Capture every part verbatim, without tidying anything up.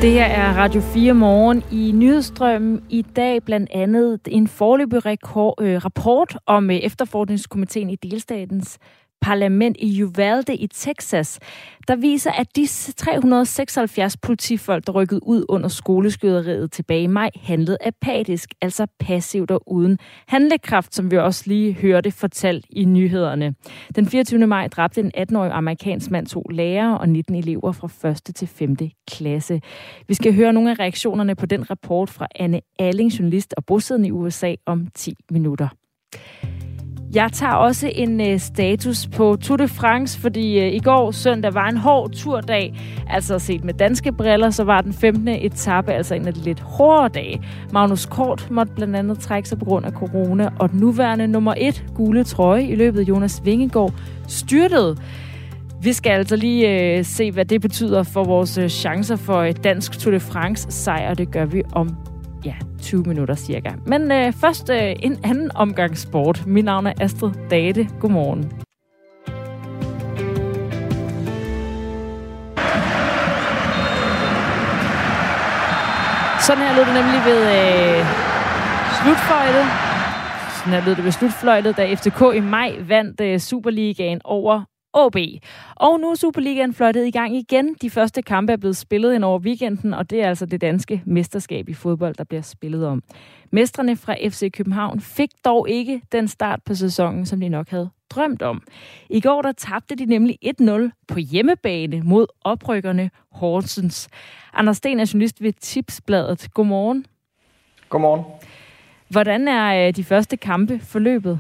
Det her er Radio fire Morgen. I nyhedsstrømmen i dag blandt andet en foreløbig rekord, øh, rapport om øh, efterforskningskomiteen i delstatens parlament i Uvalde i Texas, der viser, at de tre hundrede og seksoghalvfjerds politifolk, der rykkede ud under skoleskyderiet tilbage i maj, handlede apatisk, altså passivt og uden handlekraft, som vi også lige hørte fortalt i nyhederne. Den fireogtyvende maj dræbte en atten-årig amerikansk mand to lærere og nitten elever fra første til femte klasse. Vi skal høre nogle af reaktionerne på den rapport fra Anne Alling, journalist og bosiddende i U S A, om ti minutter. Jeg tager også en uh, status på Tour de France, fordi uh, i går søndag var en hård turdag. Altså set med danske briller, så var den femtende etape altså en af de lidt hårdere dage. Magnus Kort måtte blandt andet trække sig på grund af corona, og den nuværende nummer et gule trøje i løbet af Jonas Vingegaard styrtede. Vi skal altså lige uh, se, hvad det betyder for vores uh, chancer for et dansk Tour de France sejr. Det gør vi om ja, tyve minutter cirka. Men øh, først øh, en anden omgang sport. Mit navn er Astrid Date. Godmorgen. Sådan her lød det nemlig ved øh, slutfløjtet. Sådan her lød det ved slutfløjtet, da F C K i maj vandt øh, Superligaen over O B. Og nu er Superligaen fløjtet i gang igen. De første kampe er blevet spillet ind over weekenden, og det er altså det danske mesterskab i fodbold, der bliver spillet om. Mestrene fra F C København fik dog ikke den start på sæsonen, som de nok havde drømt om. I går der tabte de nemlig et nul på hjemmebane mod oprykkerne Horsens. Anders Sten er journalist ved Tipsbladet. Godmorgen. Godmorgen. Hvordan er de første kampe forløbet?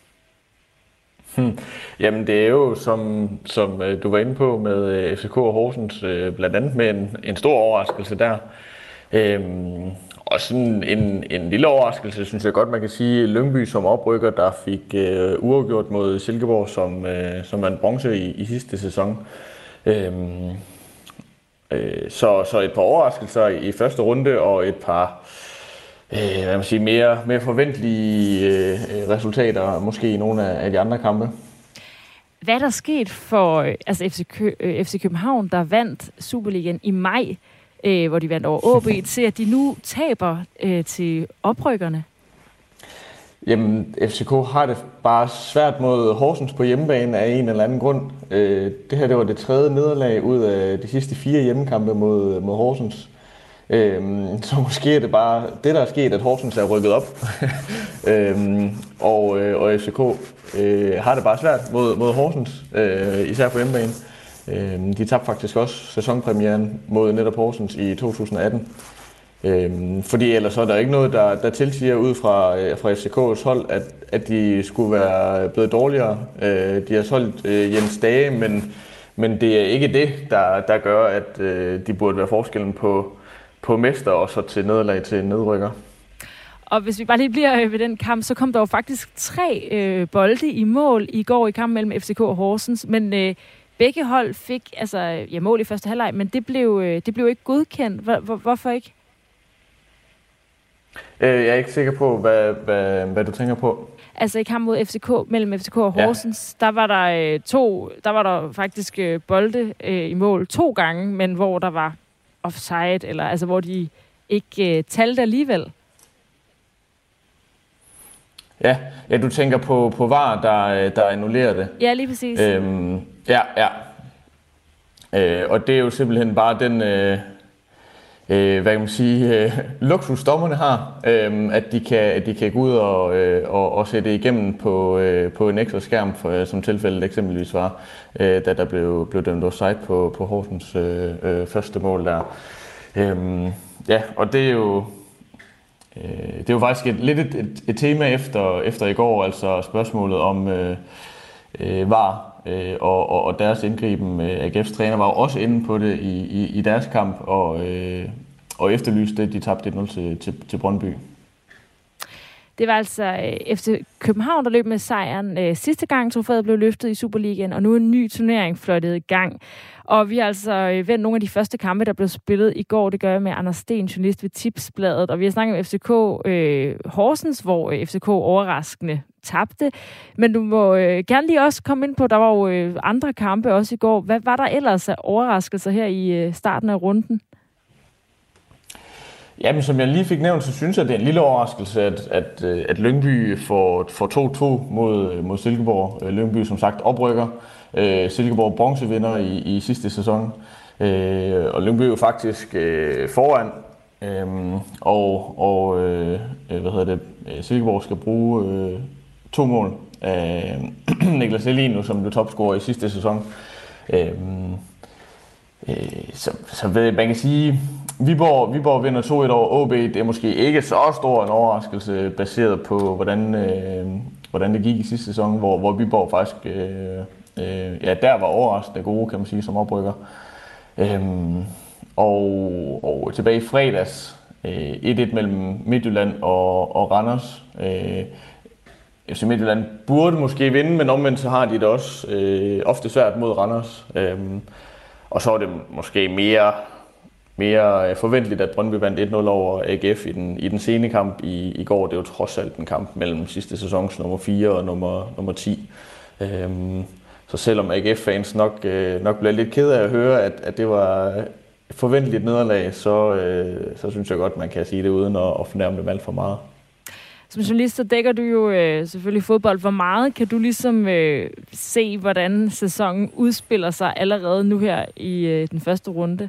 Hmm. Jamen det er jo, som, som du var inde på med F C K og Horsens, blandt andet med en, en stor overraskelse der. Øhm, og sådan en, en lille overraskelse, synes jeg godt, man kan sige, Lyngby som oprykker, der fik øh, uafgjort mod Silkeborg, som, øh, som vandt bronze i, i sidste sæson. Øhm, øh, så, så et par overraskelser i første runde, og et par Øh, hvad man siger, mere, mere forventelige øh, resultater, måske i nogle af, af de andre kampe. Hvad er der sket for altså F C, Kø, øh, F C København, der vandt Superligaen i maj, øh, hvor de vandt over O B, til at de nu taber øh, til oprykkerne? Jamen, F C K har det bare svært mod Horsens på hjemmebane af en eller anden grund. Øh, det her det var det tredje nederlag ud af de sidste fire hjemmekampe mod, mod Horsens. Øhm, så måske er det bare det, der er sket, at Horsens er rykket op, øhm, og, øh, og F C K øh, har det bare svært mod, mod Horsens, øh, især på hjemmebane. Øhm, de tabte faktisk også sæsonpremieren mod netop Horsens i to tusind atten. Øhm, fordi ellers så er der ikke noget, der, der tilsiger ud fra, øh, fra F C K's hold, at, at de skulle være blevet dårligere. Øh, de har solgt øh, Jens Dage, men, men det er ikke det, der, der gør, at øh, de burde være forskellen på på mester og så til nederlag til nedrykker. Og hvis vi bare lige bliver ved den kamp, så kom der jo faktisk tre øh, bolde i mål i går i kampen mellem F C K og Horsens, men øh, begge hold fik altså ja, mål i første halvleg, men det blev, øh, det blev ikke godkendt. Hvor, hvor, hvorfor ikke? Øh, jeg er ikke sikker på, hvad, hvad, hvad du tænker på. Altså i kampen mod F C K, mellem F C K og Horsens, ja. der var der øh, to, der var der faktisk øh, bolde øh, i mål to gange, men hvor der var offside, eller altså hvor de ikke uh, talte alligevel. Ja, ja, du tænker på, på V A R, der, der annullerer det. Ja, lige præcis. Øhm, ja, ja. Øh, og det er jo simpelthen bare den, øh, øh, hvad kan man sige, øh, luksus dommerne har, øh, at, de kan, at de kan gå ud og, øh, og, og sætte igennem på, øh, på en ekstra skærm, for, som tilfældet eksempelvis var, øh, da der blev, blev dømt offside på, på Horsens øh, øh, første mål der. Øh, ja, og det er jo, øh, det er jo faktisk et, lidt et, et, et tema efter, efter i går, altså spørgsmålet om øh, øh, V A R. Øh, og, og, og deres indgriben, øh, A G F's træner var jo også inde på det i, i, i deres kamp, og, øh, og efterlyste det, de tabte et nul til, til, til Brøndby. Det var altså øh, F C København, der løb med sejren øh, sidste gang, trofæet blev løftet i Superligaen, og nu er en ny turnering fløjtet i gang. Og vi har altså øh, vendt nogle af de første kampe, der blev spillet i går. Det gør jeg med Anders Sten, journalist ved Tipsbladet. Og vi har snakket om F C K øh, Horsens, hvor øh, F C K overraskende tabte. Men du må øh, gerne lige også komme ind på, der var jo øh, andre kampe også i går. Hvad var der ellers af overraskelser her i øh, starten af runden? Jamen, som jeg lige fik nævnt, så synes jeg, det er en lille overraskelse, at, at, at Lyngby får, får to to mod, mod Silkeborg. Lyngby, som sagt, oprykker. Øh, Silkeborg bronzevinder i, i sidste sæson. Øh, og Lyngby er jo faktisk øh, foran. Øh, og og øh, hvad hedder det? Silkeborg skal bruge øh, to mål af Niklas Elino, som blev topscorer i sidste sæson. Øh, øh, så, så ved, man kan sige, Viborg, Viborg vinder to et over O B. Det er måske ikke så stor en overraskelse, baseret på, hvordan, øh, hvordan det gik i sidste sæson, hvor, hvor Viborg faktisk øh, øh, ja, der var overraskende gode, kan man sige, som oprykker. Øh, og, og tilbage i fredags, øh, et et mellem Midtjylland og, og Randers. Øh, F C Midtjylland burde måske vinde, men omvendt så har de det også øh, ofte svært mod Randers. Øh, og så er det måske mere... mere forventeligt, at Brøndby vandt et nul over A G F i den, i den sene kamp i, i går. Det er jo trods alt en kamp mellem sidste sæsons nummer fire og nummer, nummer ti. Øhm, så selvom A G F-fans nok, øh, nok bliver lidt ked af at høre, at, at det var forventeligt nederlag, så, øh, så synes jeg godt, man kan sige det uden at, at fornærme dem alt for meget. Som journalist, så dækker du jo øh, selvfølgelig fodbold. Hvor meget kan du ligesom øh, se, hvordan sæsonen udspiller sig allerede nu her i øh, den første runde?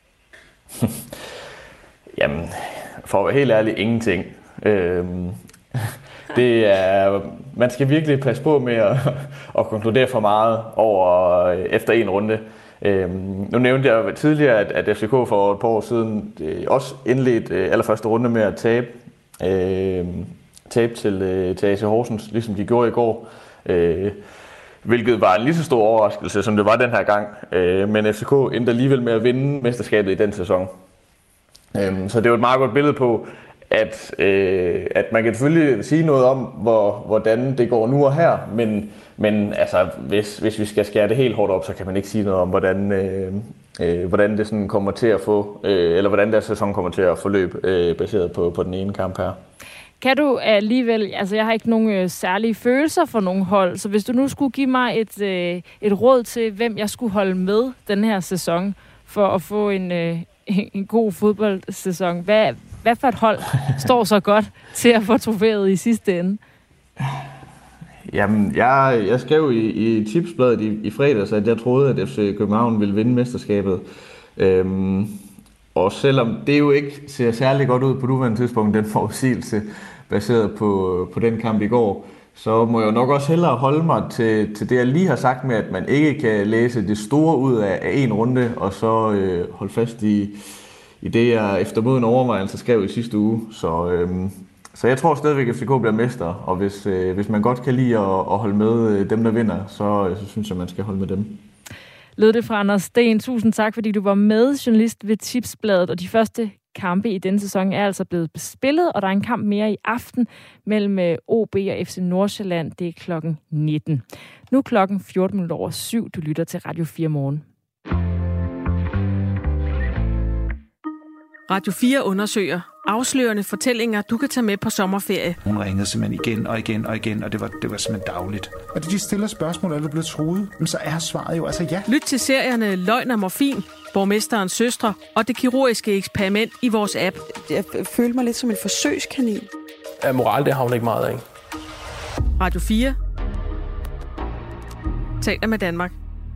Jamen, for at være helt ærlig, ingenting. Øhm, det er, man skal virkelig passe på med at, at konkludere for meget over efter en runde. Øhm, nu nævnte jeg tidligere, at, at F C K for et par år siden øh, også indledte øh, allerførste runde med at tabe, øh, tabe til, øh, til A C Horsens, ligesom de gjorde i går. Øh, Hvilket var en lige så stor overraskelse, som det var den her gang. Øh, men F C K endte alligevel med at vinde mesterskabet i den sæson. Øh, så det er jo et meget godt billede på, at, øh, at man kan selvfølgelig sige noget om, hvor, hvordan det går nu og her. Men, men altså, hvis, hvis vi skal skære det helt hårdt op, så kan man ikke sige noget om, hvordan, øh, øh, hvordan det sådan kommer til at få, øh, eller hvordan der sæson kommer til at forløbe, øh, baseret på, på den ene kamp her. Kan du alligevel, altså jeg har ikke nogen øh, særlige følelser for nogen hold, så hvis du nu skulle give mig et, øh, et råd til, hvem jeg skulle holde med den her sæson, for at få en, øh, en god fodboldsæson, hvad, hvad for et hold står så godt til at få trofæet i sidste ende? Jamen, jeg, jeg skrev i, i tipsbladet i, i fredags, at jeg troede, at F C København ville vinde mesterskabet. Øhm, Og selvom det jo ikke ser særlig godt ud på nuværende tidspunkt, den forudsigelse baseret på, på den kamp i går, så må jeg jo nok også hellere holde mig til, til det, jeg lige har sagt med, at man ikke kan læse det store ud af, af en runde, og så øh, holde fast i, i det, jeg efter moden overvejelse skrev i sidste uge. Så, øh, så jeg tror stadigvæk, at F C K bliver mester, og hvis, øh, hvis man godt kan lide at, at holde med dem, der vinder, så, så synes jeg, man skal holde med dem. Lød det fra Anders Sten. Tusind tak, fordi du var med, journalist ved Tipsbladet. Og de første kampe i denne sæson er altså blevet spillet, og der er en kamp mere i aften mellem O B og F C Nordsjælland. Det er klokken nitten. Nu er klokken fjorten minutter over syv. Du lytter til Radio fire Morgen. Radio fire undersøger afslørende fortællinger, du kan tage med på sommerferie. Hun ringede simpelthen igen og igen og igen, og det var, det var simpelthen dagligt. Og de stiller spørgsmål, er du blevet truet? Men så er svaret jo altså ja. Lyt til serierne Løgn og Morfin, Borgmesterens Søstre og Det Kirurgiske Eksperiment i vores app. Jeg følte mig lidt som en forsøgskanin. Ja, moral, det har hun ikke meget af. Radio fire. Taler med Danmark.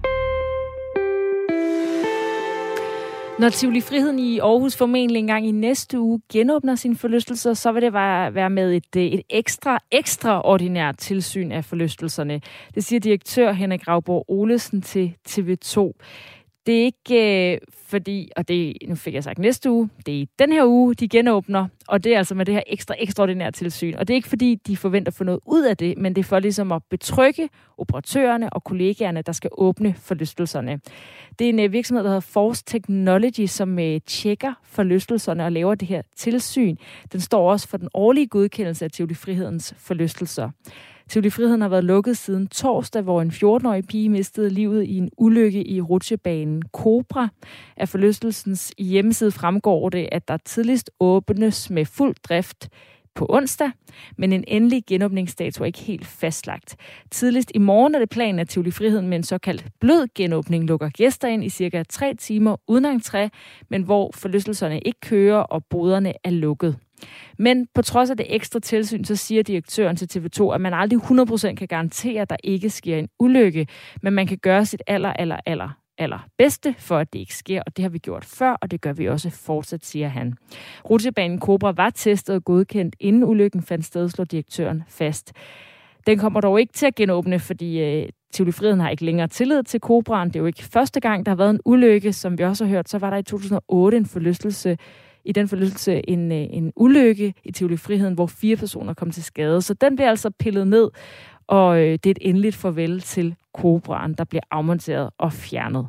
Når Tivoli Friheden i Aarhus formentlig engang i næste uge genåbner sine forlystelser, så vil det være med et, et ekstra, ekstraordinært tilsyn af forlystelserne. Det siger direktør Henrik Rauborg Olesen til T V to. Det er ikke øh, fordi, og det nu fik jeg sagt næste uge, det er i den her uge, de genåbner, og det er altså med det her ekstra ekstraordinært tilsyn. Og det er ikke fordi, de forventer at få noget ud af det, men det er for ligesom at betrygge operatørerne og kollegaerne, der skal åbne forlystelserne. Det er en virksomhed, der hedder Force Technology, som øh, tjekker forlystelserne og laver det her tilsyn. Den står også for den årlige godkendelse af Tivoli Frihedens forlystelser. Tivoli Friheden har været lukket siden torsdag, hvor en fjorten-årig pige mistede livet i en ulykke i rutsjebanen Cobra. Af forlystelsens hjemmeside fremgår det, at der tidligst åbnes med fuld drift på onsdag, men en endelig genåbningsdato er ikke helt fastlagt. Tidligst i morgen er det planen, at Tivoli Friheden med en såkaldt blød genåbning lukker gæster ind i cirka tre timer uden entré, men hvor forlystelserne ikke kører og boderne er lukket. Men på trods af det ekstra tilsyn, så siger direktøren til T V to, at man aldrig hundrede procent kan garantere, at der ikke sker en ulykke, men man kan gøre sit aller, aller, aller, aller bedste for, at det ikke sker, og det har vi gjort før, og det gør vi også fortsat, siger han. Rutsjebanen Cobra var testet og godkendt, inden ulykken fandt sted, slår direktøren fast. Den kommer dog ikke til at genåbne, fordi øh, Tivoli Friheden har ikke længere tillid til Cobraen. Det er jo ikke første gang, der har været en ulykke, som vi også har hørt. Så var der i to tusind og otte en forlystelse, i den forlystelse en, en ulykke i Tivoli Friheden, hvor fire personer kom til skade. Så den bliver altså pillet ned, og øh, det er et endeligt farvel til Cobraen, der bliver afmonteret og fjernet.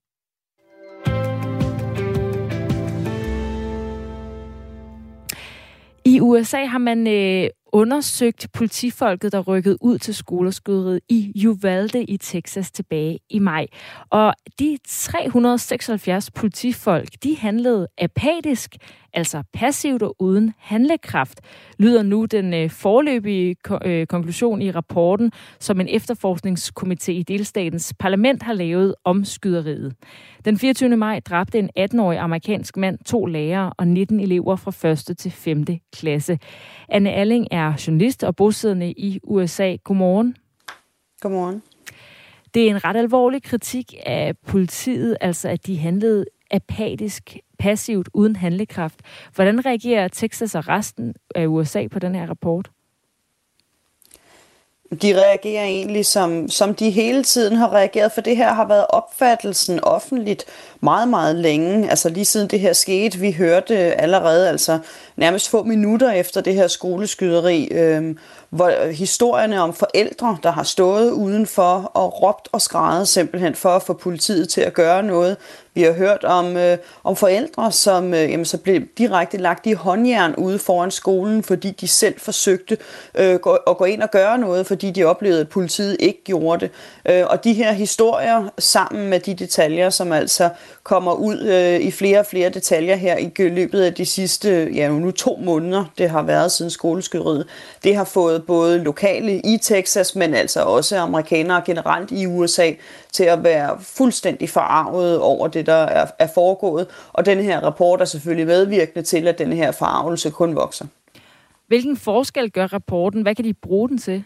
I U S A har man øh, undersøgt politifolket, der rykkede ud til skoleskyderiet i Uvalde i Texas tilbage i maj. Og de tre hundrede og seksoghalvfjerds politifolk, de handlede apatisk, altså passivt og uden handlekraft, lyder nu den øh, foreløbige ko- øh, konklusion i rapporten, som en efterforskningskomité i delstatens parlament har lavet om skyderiet. Den fireogtyvende maj dræbte en atten-årig amerikansk mand to lærere og nitten elever fra første til femte klasse. Anne Alling er journalist og bosiddende i U S A. Godmorgen. Godmorgen. Det er en ret alvorlig kritik af politiet, altså at de handlede apatisk, passivt, uden handlekraft. Hvordan reagerer Texas og resten af U S A på den her rapport? De reagerer egentlig, som, som de hele tiden har reageret, for det her har været opfattelsen offentligt meget, meget længe. Altså lige siden det her skete, vi hørte allerede altså nærmest få minutter efter det her skoleskyderi, øh, hvor historierne om forældre, der har stået udenfor og råbt og skrædet simpelthen for at få politiet til at gøre noget. Vi har hørt om, øh, om forældre, som øh, jamen, så blev direkte lagt i håndjern ude foran skolen, fordi de selv forsøgte øh, gå, at gå ind og gøre noget, fordi de oplevede, at politiet ikke gjorde det. Øh, og de her historier sammen med de detaljer, som altså kommer ud øh, i flere og flere detaljer her i løbet af de sidste ja, nu to måneder, det har været siden skoleskyderiet, det har fået både lokale i Texas, men altså også amerikanere generelt i U S A til at være fuldstændig forarvet over det, der er, er foregået. Og den her rapport er selvfølgelig medvirkende til, at den her forarvelse kun vokser. Hvilken forskel gør rapporten? Hvad kan de bruge den til?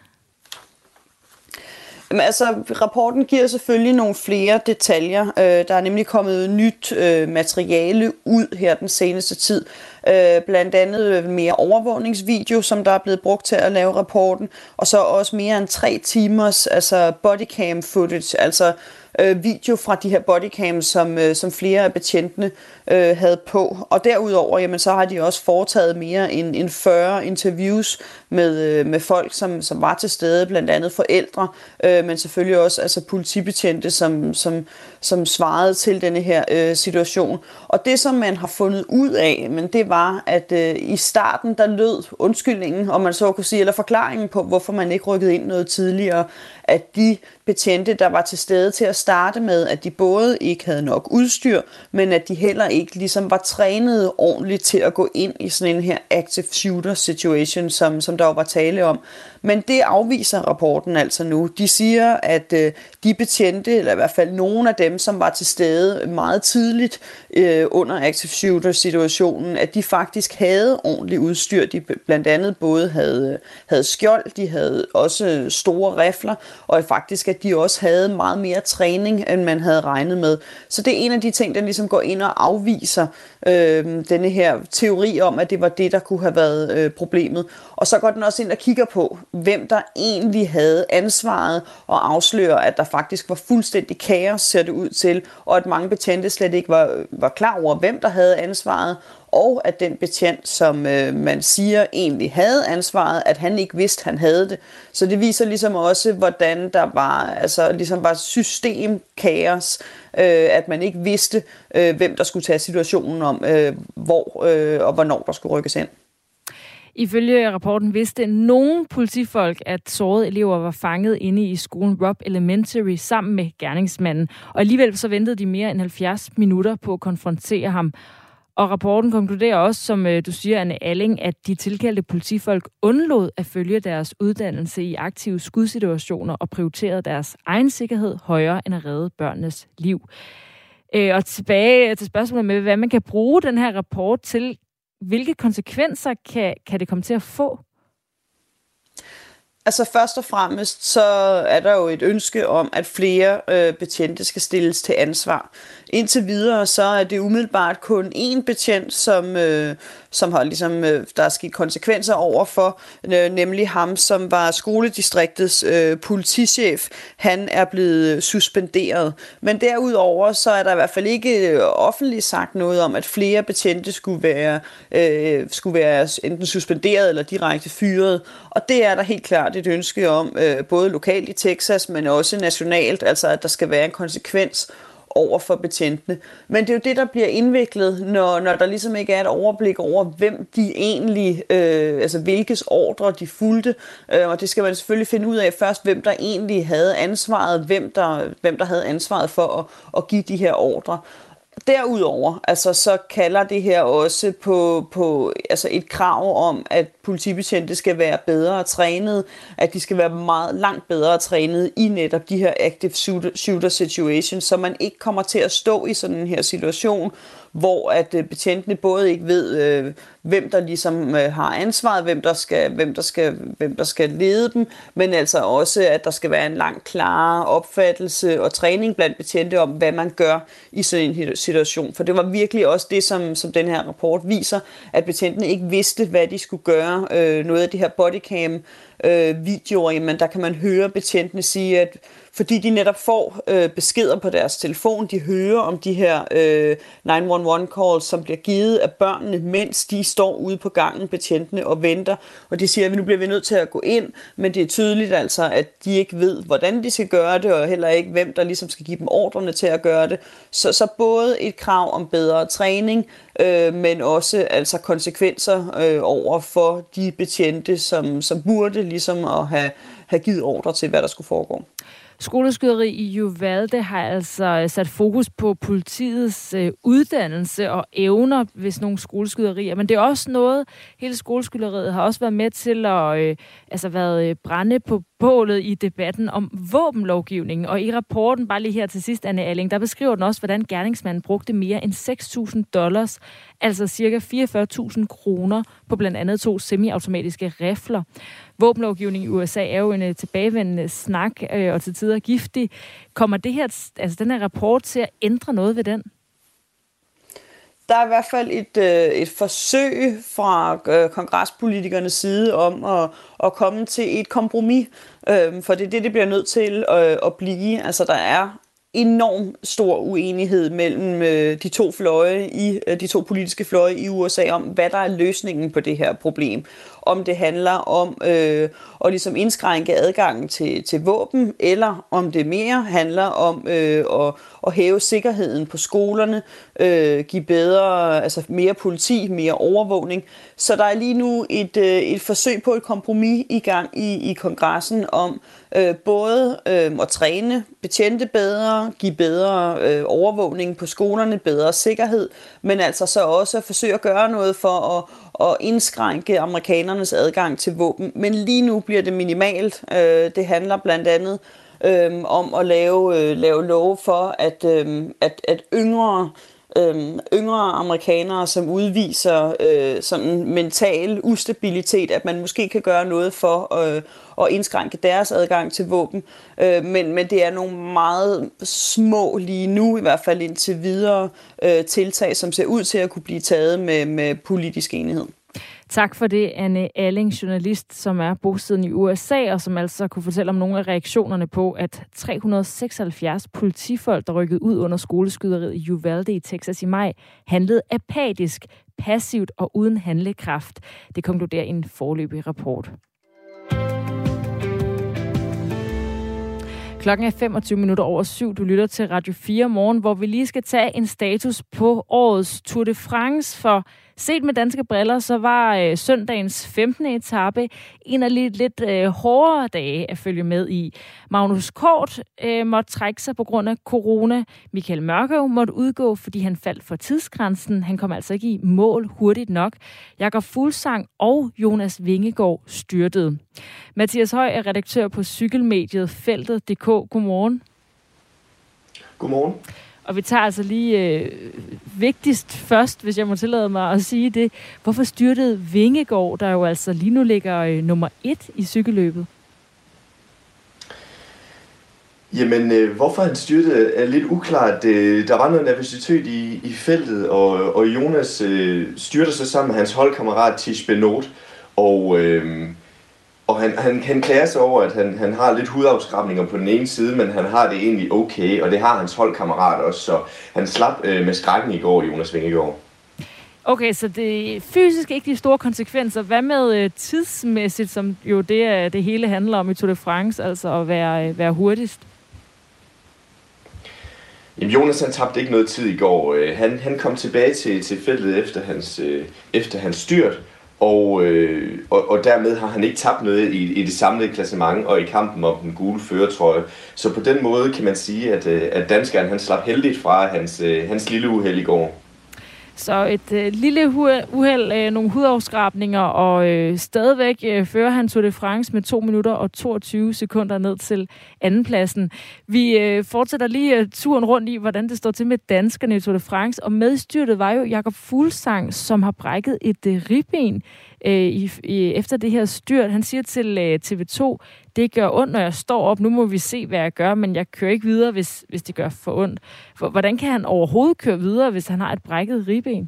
Jamen, altså, rapporten giver selvfølgelig nogle flere detaljer. Øh, der er nemlig kommet nyt øh, materiale ud her den seneste tid. Øh, blandt andet mere overvågningsvideo, som der er blevet brugt til at lave rapporten. Og så også mere end tre timers altså bodycam footage, altså øh, video fra de her bodycams, som, øh, som flere af betjentene øh, havde på. Og derudover, jamen, så har de også foretaget mere end, end fyrre interviews med, øh, med folk, som, som var til stede, blandt andet forældre, øh, men selvfølgelig også altså, politibetjente, som, som, som svarede til denne her øh, situation. Og det, som man har fundet ud af, men det var, at øh, i starten, der lød undskyldningen, om man så kunne sige, eller forklaringen på, hvorfor man ikke rykkede ind noget tidligere, at de betjente, der var til stede til at starte med, at de både ikke havde nok udstyr, men at de heller ikke ligesom var trænet ordentligt til at gå ind i sådan en her active shooter situation, som, som der var tale om. Men det afviser rapporten altså nu. De siger, at øh, de betjente, eller i hvert fald nogle af dem, som var til stede meget tidligt øh, under active shooter situationen, at de faktisk havde ordentligt udstyr. De blandt andet både havde, havde skjold, de havde også store rifler, og faktisk at de også havde meget mere træning, end man havde regnet med. Så det er en af de ting, der ligesom går ind og afviser øh, denne her teori om, at det var det, der kunne have været øh, problemet. Og så går den også ind og kigger på, hvem der egentlig havde ansvaret, og afslører, at der faktisk var fuldstændig kaos, ser det ud til, og at mange betjente slet ikke var, var klar over, hvem der havde ansvaret, og at den betjent, som øh, man siger egentlig havde ansvaret, at han ikke vidste, han havde det. Så det viser ligesom også, hvordan der var, altså, ligesom var systemkaos, øh, at man ikke vidste, øh, hvem der skulle tage situationen om, øh, hvor øh, og hvornår der skulle rykkes ind. Ifølge rapporten vidste nogle politifolk, at sårede elever var fanget inde i skolen Robb Elementary sammen med gerningsmanden. Og alligevel så ventede de mere end halvfjerds minutter på at konfrontere ham. Og rapporten konkluderer også, som du siger, Anne Alling, at de tilkaldte politifolk undlod at følge deres uddannelse i aktive skudsituationer og prioriterede deres egen sikkerhed højere end at redde børnenes liv. Og tilbage til spørgsmålet med, hvad man kan bruge den her rapport til. Hvilke konsekvenser kan, kan det komme til at få? Altså først og fremmest, så er der jo et ønske om, at flere øh, betjente skal stilles til ansvar. Indtil videre, så er det umiddelbart kun én betjent, som, øh, som har ligesom, øh, der er sket konsekvenser overfor, øh, nemlig ham, som var skoledistriktets øh, politichef. Han er blevet suspenderet. Men derudover, så er der i hvert fald ikke offentligt sagt noget om, at flere betjente skulle være, øh, skulle være enten suspenderet eller direkte fyret. Og det er der helt klart et ønske om, øh, både lokalt i Texas, men også nationalt, altså at der skal være en konsekvens over for betjentene. Men det er jo det, der bliver indviklet, når, når der ligesom ikke er et overblik over, hvem de egentlig, øh, altså hvilkes ordre de fulgte, øh, og det skal man selvfølgelig finde ud af først, hvem der egentlig havde ansvaret, hvem der, hvem der havde ansvaret for at, at give de her ordre. Derudover, altså, så kalder det her også på, på altså et krav om, at politibetjente skal være bedre trænet, at de skal være meget langt bedre trænet i netop de her active shooter situations, så man ikke kommer til at stå i sådan en her situation, hvor at betjentene både ikke ved, øh, hvem der ligesom øh, har ansvaret, hvem der skal, hvem der skal, hvem der skal lede dem, men altså også, at der skal være en langt klarere opfattelse og træning blandt betjente om, hvad man gør i sådan en situation. For det var virkelig også det, som, som den her rapport viser, at betjentene ikke vidste, hvad de skulle gøre. Øh, noget af det her bodycam øh, videoer, men der kan man høre betjentene sige, at fordi de netop får øh, beskeder på deres telefon, de hører om de her øh, ni et et calls, som bliver givet af børnene, mens de står ude på gangen, betjentene, og venter. Og de siger, at nu bliver vi nødt til at gå ind, men det er tydeligt altså, at de ikke ved, hvordan de skal gøre det, og heller ikke, hvem der ligesom skal give dem ordrene til at gøre det. Så, så både et krav om bedre træning, øh, men også altså konsekvenser øh, over for de betjente, som, som burde ligesom at have, have givet ordre til, hvad der skulle foregå. Skoleskyderi i Uvalde har altså sat fokus på politiets øh, uddannelse og evner ved sådan nogle skoleskyderier, men det er også noget, hele skoleskyderiet har også været med til at øh, altså været øh, brænde på bålet i debatten om våbenlovgivningen. Og i rapporten, bare lige her til sidst, Anne Alling, der beskriver den også, hvordan gerningsmanden brugte mere end seks tusind dollars, altså cirka fireogfyrre tusind kroner på blandt andet to semiautomatiske rifler. Våbenlovgivning i U S A er jo en tilbagevendende snak, øh, og til tider giftig. Kommer det her, altså den her rapport til at ændre noget ved den? Der er i hvert fald et, øh, et forsøg fra øh, kongrespolitikernes side om at, at komme til et kompromis, øh, for det er det, det bliver nødt til øh, at blive. Altså der er enormt stor uenighed mellem øh, de to fløje i øh, de to politiske fløje i U S A om, hvad der er løsningen på det her problem. Om det handler om øh, at ligesom indskrænke adgangen til, til våben, eller om det mere handler om øh, at, at hæve sikkerheden på skolerne, øh, give bedre, altså mere politi, mere overvågning. Så der er lige nu et, øh, et forsøg på et kompromis i gang i, i kongressen om øh, både øh, at træne betjente bedre, give bedre øh, overvågning på skolerne, bedre sikkerhed, men altså så også at forsøge at gøre noget for at, at indskrænke amerikanernes adgang til våben. Men lige nu bliver det minimalt. Øh, det handler blandt andet øh, om at lave, øh, lave love for, at, øh, at, at yngre Øhm, yngre amerikanere, som udviser øh, sådan mental ustabilitet, at man måske kan gøre noget for øh, at indskrænke deres adgang til våben. Øh, men, men det er nogle meget små lige nu, i hvert fald indtil videre øh, tiltag, som ser ud til at kunne blive taget med, med politisk enighed. Tak for det, Anne Alling, journalist, som er bosiddende i U S A, og som altså kunne fortælle om nogle af reaktionerne på, at tre hundrede og seksoghalvfjerds politifolk, der rykkede ud under skoleskyderiet i Uvalde i Texas i maj, handlede apatisk, passivt og uden handlekraft. Det konkluderer en foreløbig rapport. Klokken er femogtyve minutter over syv. Du lytter til Radio fire Morgen, hvor vi lige skal tage en status på årets Tour de France, for set med danske briller, så var øh, søndagens femtende etape en af lidt, lidt øh, hårdere dage at følge med i. Magnus Kort øh, måtte trække sig på grund af corona. Michael Mørkøv måtte udgå, fordi han faldt for tidsgrænsen. Han kom altså ikke i mål hurtigt nok. Jakob Fuglsang og Jonas Vingegaard styrtede. Mathias Høj er redaktør på cykelmediet Feltet punktum d k. Godmorgen. Godmorgen. Og vi tager altså lige øh, vigtigst først, hvis jeg må tillade mig at sige det. Hvorfor styrtede Vingegaard, der jo altså lige nu ligger øh, nummer et i cykelløbet? Jamen, øh, hvorfor han styrtede er lidt uklart. Øh, der var noget nervøsitet i, i feltet, og, og Jonas øh, styrter sig sammen med hans holdkammerat Tish Benoot, og... Øh, Og han, han, han klager sig over, at han, han har lidt hudafskrabninger på den ene side, men han har det egentlig okay, og det har hans holdkammerat også, så han slap øh, med skrækken i går, Jonas Vingegaard. Okay, så det er fysisk ikke de store konsekvenser. Hvad med øh, tidsmæssigt, som jo det, det hele handler om i Tour de France, altså at være, øh, være hurtigst? Jamen, Jonas han tabte ikke noget tid i går. Han, han kom tilbage til, til feltet efter hans, øh, efter hans styrt, Og, øh, og, og dermed har han ikke tabt noget i, i det samlede klassement og i kampen om den gule førertrøje. Så på den måde kan man sige, at, at danskeren han slap heldigt fra hans, øh, hans lille uheld i går. Så et øh, lille uheld, øh, nogle hudafskrabninger, og øh, stadigvæk øh, fører han Tour de France med to minutter og toogtyve sekunder ned til andenpladsen. Vi øh, fortsætter lige øh, turen rundt i, hvordan det står til med danskerne i Tour de France, og med i styrtet var jo Jakob Fuglsang, som har brækket et øh, ribben øh, i, i, efter det her styrt. Han siger til øh, T V to, det gør ondt, når jeg står op. Nu må vi se, hvad jeg gør, men jeg kører ikke videre, hvis, hvis det gør for ondt. Hvordan kan han overhovedet køre videre, hvis han har et brækket ribben?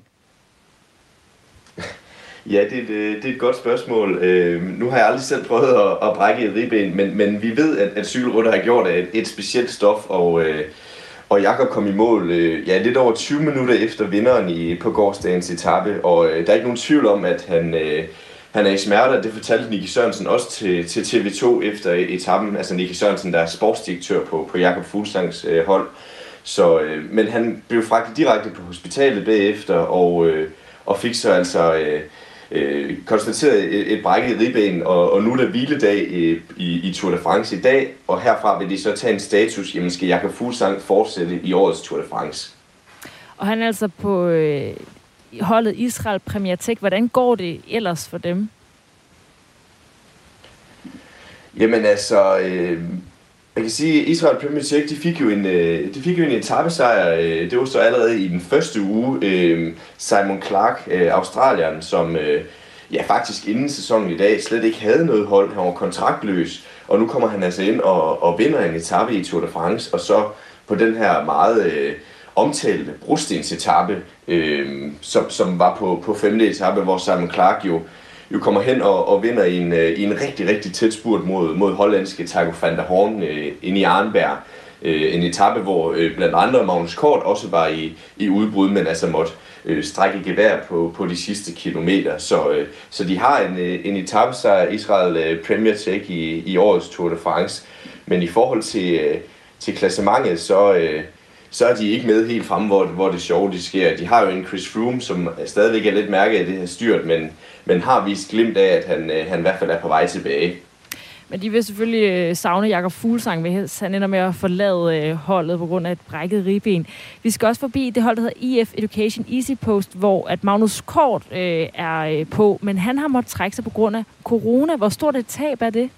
Ja, det er, et, det er et godt spørgsmål. Øh, nu har jeg aldrig selv prøvet at, at brække et ribben, men, men vi ved, at, at cykelrytter har gjort et, et specielt stof, og, øh, og Jakob kom i mål øh, ja, lidt over tyve minutter efter vinderen i, på gårsdagens etape, og øh, der er ikke nogen tvivl om, at han... Øh, Han er i smerter, det fortalte Nicky Sørensen også til, til T V to efter etappen. Altså Nicky Sørensen, der er sportsdirektør på, på Jakob Fuglsangs øh, hold. Så, øh, men han blev fragtet direkte på hospitalet bagefter, og, øh, og fik så altså øh, øh, konstateret et, et brækket ribben, og, og nu er der hviledag øh, i, i Tour de France i dag, og herfra vil de så tage en status, jamen skal Jakob Fuglsang fortsætte i årets Tour de France. Og han er altså på... Øh holdet Israel Premier Tech. Hvordan går det ellers for dem? Jamen altså, øh, jeg kan sige, at Israel Premier Tech, de fik jo en, øh, de fik jo en etapesejr. Øh, det var så allerede i den første uge. Øh, Simon Clark, øh, australieren, som øh, ja, faktisk inden sæsonen i dag slet ikke havde noget hold. Han var kontraktløs, og nu kommer han altså ind og, og vinder en etape i Tour de France, og så på den her meget... Øh, omtalte brostensetappe, øh, som, som var på, på femte etape, hvor Simon Clark jo, jo kommer hen og, og vinder i en, i en rigtig, rigtig tæt spurt mod, mod hollandske Taco van der Horn øh, inde i Arnberg. Øh, en etape, hvor øh, blandt andre Magnus Kort også var i, i udbrud, men altså måtte øh, strække gevær på, på de sidste kilometer. Så, øh, så de har en, en etapesejr, Israel øh, Premier Tech i, i årets Tour de France. Men i forhold til, øh, til klassementet, så... Øh, så er de ikke med helt fremme, hvor, hvor det sjove de sker. De har jo en Chris Froome, som stadigvæk er lidt mærket af det her styrt, men, men har vist glimt af, at han, han i hvert fald er på vej tilbage. Men de vil selvfølgelig savne Jakob Fuglsang, hvis han ender med at forlade holdet på grund af et brækket ribben. Vi skal også forbi det hold, der hedder E F Education Easy Post, hvor at Magnus Kort øh, er på, men han har måttet trække sig på grund af corona. Hvor stort et tab er det?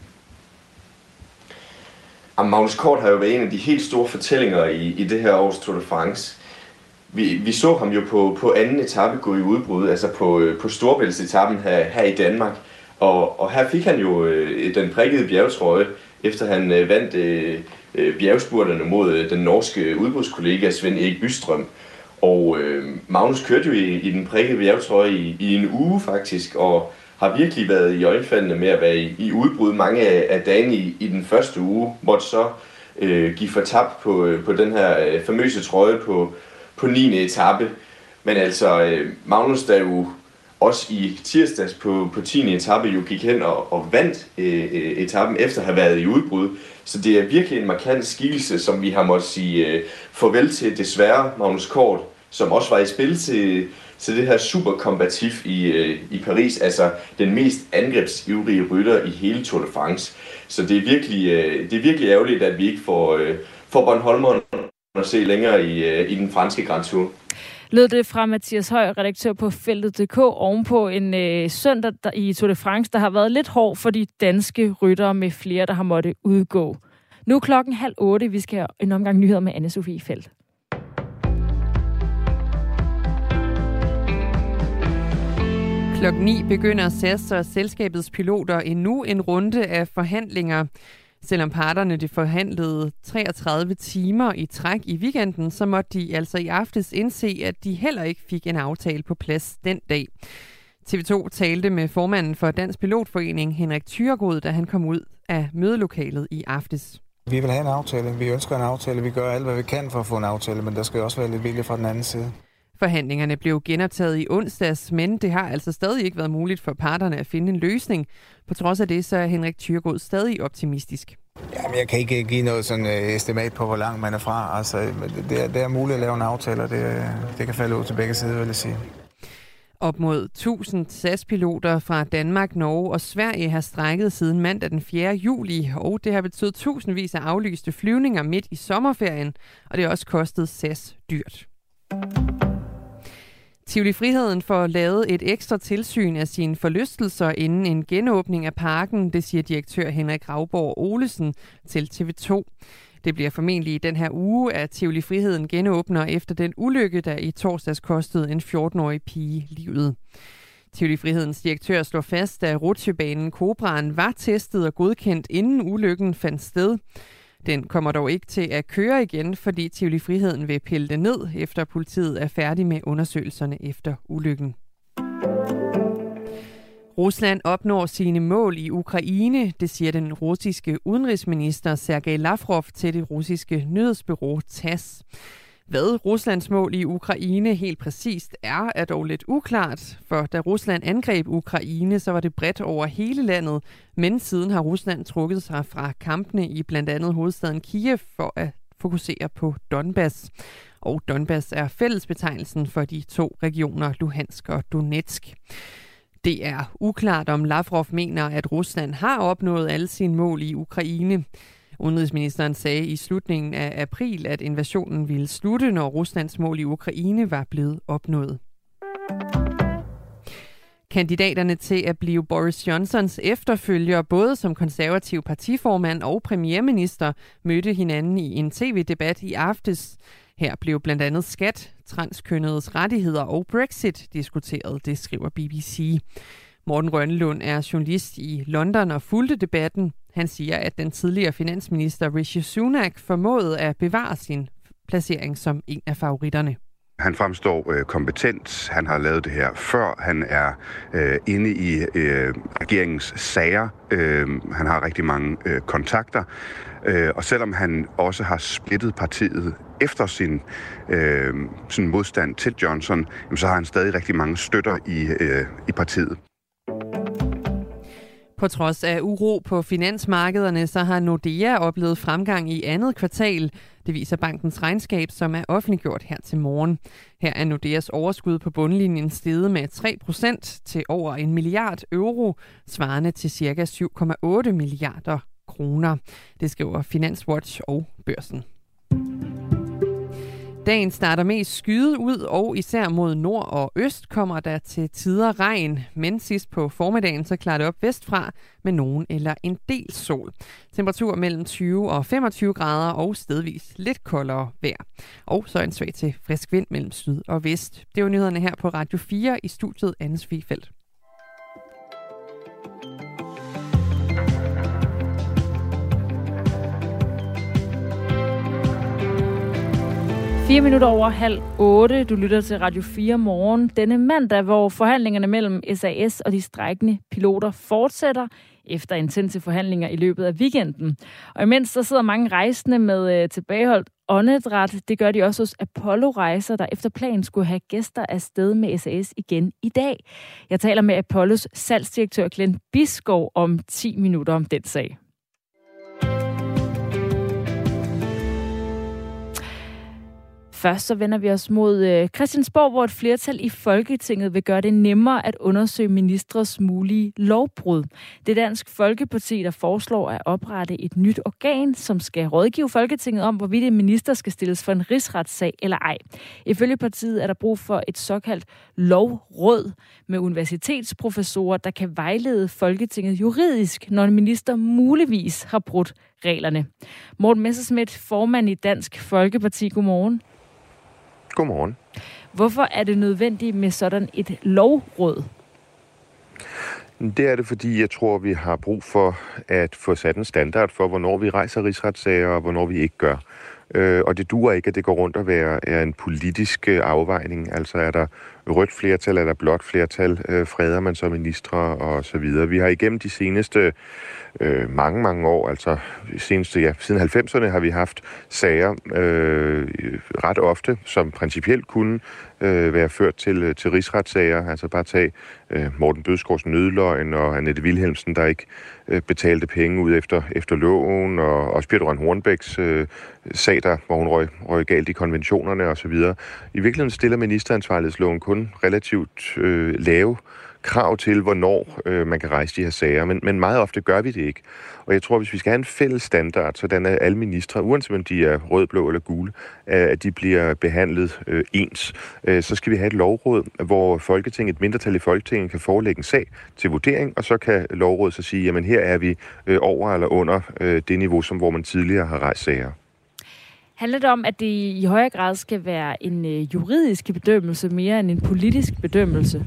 Magnus Kort har jo været en af de helt store fortællinger i, i det her års Tour de France. Vi, vi så ham jo på, på anden etape gå i udbrud, altså på, på Storebæltsetappen her, her i Danmark. Og, og her fik han jo øh, den prikkede bjergetrøje, efter han øh, vandt øh, bjergspurterne mod øh, den norske udbrudskollega Svend Erik Bystrøm. Og øh, Magnus kørte jo i, i den prikkede bjergetrøje i, i en uge faktisk, og har virkelig været i øjenfaldene med at være i, i udbrud. Mange af, af dagene i, i den første uge måtte så øh, give fortabt på, på den her øh, famøse trøje på, på niende etape. Men altså, øh, Magnus, der jo også i tirsdags på, på tiende etape jo gik hen og, og vandt øh, etappen efter at have været i udbrud. Så det er virkelig en markant skikkelse, som vi har måttet sige øh, farvel til. Desværre, Magnus Kort, som også var i spil til, til det her superkombativ i, øh, i Paris, altså den mest angrebsivrige rytter i hele Tour de France. Så det er virkelig, øh, det er virkelig ærgerligt, at vi ikke får, øh, får Bornholmeren at se længere i, øh, i den franske Grand Tour. Lød det fra Mathias Høj, redaktør på feltet punktum d k, ovenpå en øh, søndag der, i Tour de France, der har været lidt hård for de danske ryttere med flere, der har måttet udgå. Nu er klokken halv otte. Vi skal have en omgang nyheder med Anne-Sophie Felt. Klokken ni begynder S A S og selskabets piloter endnu en runde af forhandlinger. Selvom parterne de forhandlede treogtredive timer i træk i weekenden, så måtte de altså i aftes indse, at de heller ikke fik en aftale på plads den dag. T V to talte med formanden for Dansk Pilotforening, Henrik Thyregod, da han kom ud af mødelokalet i aftes. Vi vil have en aftale. Vi ønsker en aftale. Vi gør alt, hvad vi kan for at få en aftale, men der skal også være lidt vilje fra den anden side. Forhandlingerne blev genoptaget i onsdags, men det har altså stadig ikke været muligt for parterne at finde en løsning. På trods af det, så er Henrik Thyregod stadig optimistisk. Jamen, jeg kan ikke give noget sådan uh, estimat på, hvor langt man er fra. Altså, det, er, det er muligt at lave en aftale, og det, det kan falde ud til begge sider, vil jeg sige. Op mod tusind S A S-piloter fra Danmark, Norge og Sverige har strejket siden mandag den fjerde juli, og det har betydet tusindvis af aflyste flyvninger midt i sommerferien, og det har også kostet S A S dyrt. Tivoli Friheden får lavet et ekstra tilsyn af sine forlystelser inden en genåbning af parken, det siger direktør Henrik Rauborg Olesen til T V to. Det bliver formentlig i den her uge, at Tivoli Friheden genåbner efter den ulykke, der i torsdags kostede en fjorten-årig pige livet. Tivoli Frihedens direktør slår fast, at rutsjebanen Cobraen var testet og godkendt inden ulykken fandt sted. Den kommer dog ikke til at køre igen, fordi Tivoli Friheden vil pille det ned, efter politiet er færdig med undersøgelserne efter ulykken. Rusland opnår sine mål i Ukraine, det siger den russiske udenrigsminister Sergej Lavrov til det russiske nyhedsbureau T A S S. Hvad Ruslands mål i Ukraine helt præcist er, er dog lidt uklart, for da Rusland angreb Ukraine, så var det bredt over hele landet, men siden har Rusland trukket sig fra kampene i blandt andet hovedstaden Kiev for at fokusere på Donbass. Og Donbass er fællesbetegnelsen for de to regioner Luhansk og Donetsk. Det er uklart, om Lavrov mener, at Rusland har opnået alle sine mål i Ukraine. Udenrigsministeren sagde i slutningen af april, at invasionen ville slutte, når Ruslands mål i Ukraine var blevet opnået. Kandidaterne til at blive Boris Johnsons efterfølger, både som konservativ partiformand og premierminister, mødte hinanden i en tv-debat i aftes. Her blev blandt andet skat, transkønnedes rettigheder og Brexit diskuteret, det skriver B B C. Morten Rønnelund er journalist i London og fulgte debatten. Han siger, at den tidligere finansminister Rishi Sunak formåede at bevare sin placering som en af favoritterne. Han fremstår øh, kompetent. Han har lavet det her før. Han er øh, inde i øh, regeringens sager. Øh, han har rigtig mange øh, kontakter. Øh, og selvom han også har splittet partiet efter sin, øh, sin modstand til Johnson, så har han stadig rigtig mange støtter i, øh, i partiet. På trods af uro på finansmarkederne, så har Nordea oplevet fremgang i andet kvartal. Det viser bankens regnskab, som er offentliggjort her til morgen. Her er Nordeas overskud på bundlinjen steget med tre procent til over en milliard euro, svarende til ca. syv komma otte milliarder kroner. Det skriver Finanswatch og Børsen. Dagen starter mest skyet ud, og især mod nord og øst kommer der til tider regn. Men sidst på formiddagen så klarer det op vestfra med nogen eller en del sol. Temperatur mellem tyve og femogtyve grader og stedvis lidt koldere vejr. Og så en svag til frisk vind mellem syd og vest. Det var nyhederne her på Radio fire i studiet Anne-Sophie Felt. Fire minutter over halv otte. Du lytter til Radio fire morgen denne mandag, hvor forhandlingerne mellem S A S og de strejkende piloter fortsætter efter intense forhandlinger i løbet af weekenden. Og imens der sidder mange rejsende med øh, tilbageholdt åndedræt. Det gør de også hos Apollo-rejser, der efter planen skulle have gæster afsted med S A S igen i dag. Jeg taler med Apollos salgsdirektør Glenn Biskov om ti minutter om den sag. Først så vender vi os mod øh, Christiansborg, hvor et flertal i Folketinget vil gøre det nemmere at undersøge ministres mulige lovbrud. Det er Dansk Folkeparti, der foreslår at oprette et nyt organ, som skal rådgive Folketinget om, hvorvidt en minister skal stilles for en rigsretssag eller ej. Ifølge partiet er der brug for et såkaldt lovråd med universitetsprofessorer, der kan vejlede Folketinget juridisk, når en minister muligvis har brudt reglerne. Morten Messerschmidt, formand i Dansk Folkeparti. Godmorgen. Godmorgen. Hvorfor er det nødvendigt med sådan et lovråd? Det er det, fordi jeg tror, vi har brug for at få sat en standard for, hvornår vi rejser rigsretssager, og hvornår vi ikke gør. Øh, og det duer ikke, at det går rundt og være er en politisk øh, afvejning. Altså er der rødt flertal, er der blåt flertal, øh, freder man så ministre og så videre. Vi har igennem de seneste øh, mange, mange år, altså seneste, ja, siden halvfemserne har vi haft sager øh, ret ofte, som principielt kunne øh, være ført til, til rigsretssager. Altså bare tage øh, Morten Bødskovs nødløgn og Annette Wilhelmsen, der ikke øh, betalte penge ud efter, efter loven, og også Birthe Rønn Hornbechs øh, sag, der, hvor hun røg, røg galt i konventionerne osv. I virkeligheden stiller ministeransvarlighedsloven kun relativt øh, lave krav til, hvornår øh, man kan rejse de her sager, men, men meget ofte gør vi det ikke. Og jeg tror, hvis vi skal have en fælles standard, sådan at alle ministre, uanset om de er rød, blå eller gule, at de bliver behandlet øh, ens, øh, så skal vi have et lovråd, hvor Folketinget, et mindretal i Folketinget, kan forelægge en sag til vurdering, og så kan lovrådet så sige, jamen her er vi øh, over eller under øh, det niveau, som hvor man tidligere har rejst sager. Handler det om, at det i højere grad skal være en øh, juridisk bedømmelse mere end en politisk bedømmelse?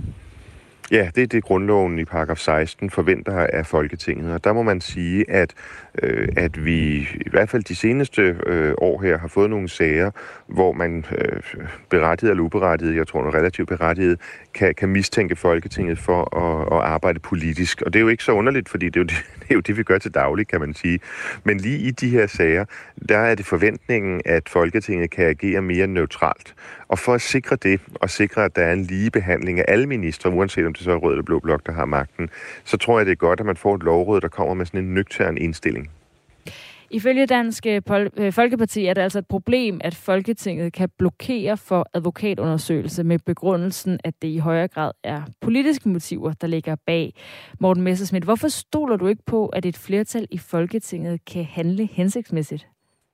Ja, det er det, grundloven i paragraf seksten forventer af Folketinget. Og der må man sige, at, øh, at vi i hvert fald de seneste øh, år her har fået nogle sager, hvor man øh, berettiget eller uberettiget, jeg tror relativt berettiget, kan, kan mistænke Folketinget for at, at arbejde politisk. Og det er jo ikke så underligt, fordi det er, jo det, det er jo det, vi gør til daglig, kan man sige. Men lige i de her sager, der er det forventningen, at Folketinget kan agere mere neutralt. Og for at sikre det, og sikre, at der er en lige behandling af alle ministre, uanset om det så er rød eller blå blok, der har magten, så tror jeg, det er godt, at man får et lovråd, der kommer med sådan en nøgtern indstilling. Ifølge Dansk Folkeparti er det altså et problem, at Folketinget kan blokere for advokatundersøgelse med begrundelsen, at det i højere grad er politiske motiver, der ligger bag. Morten Messerschmidt, hvorfor stoler du ikke på, at et flertal i Folketinget kan handle hensigtsmæssigt?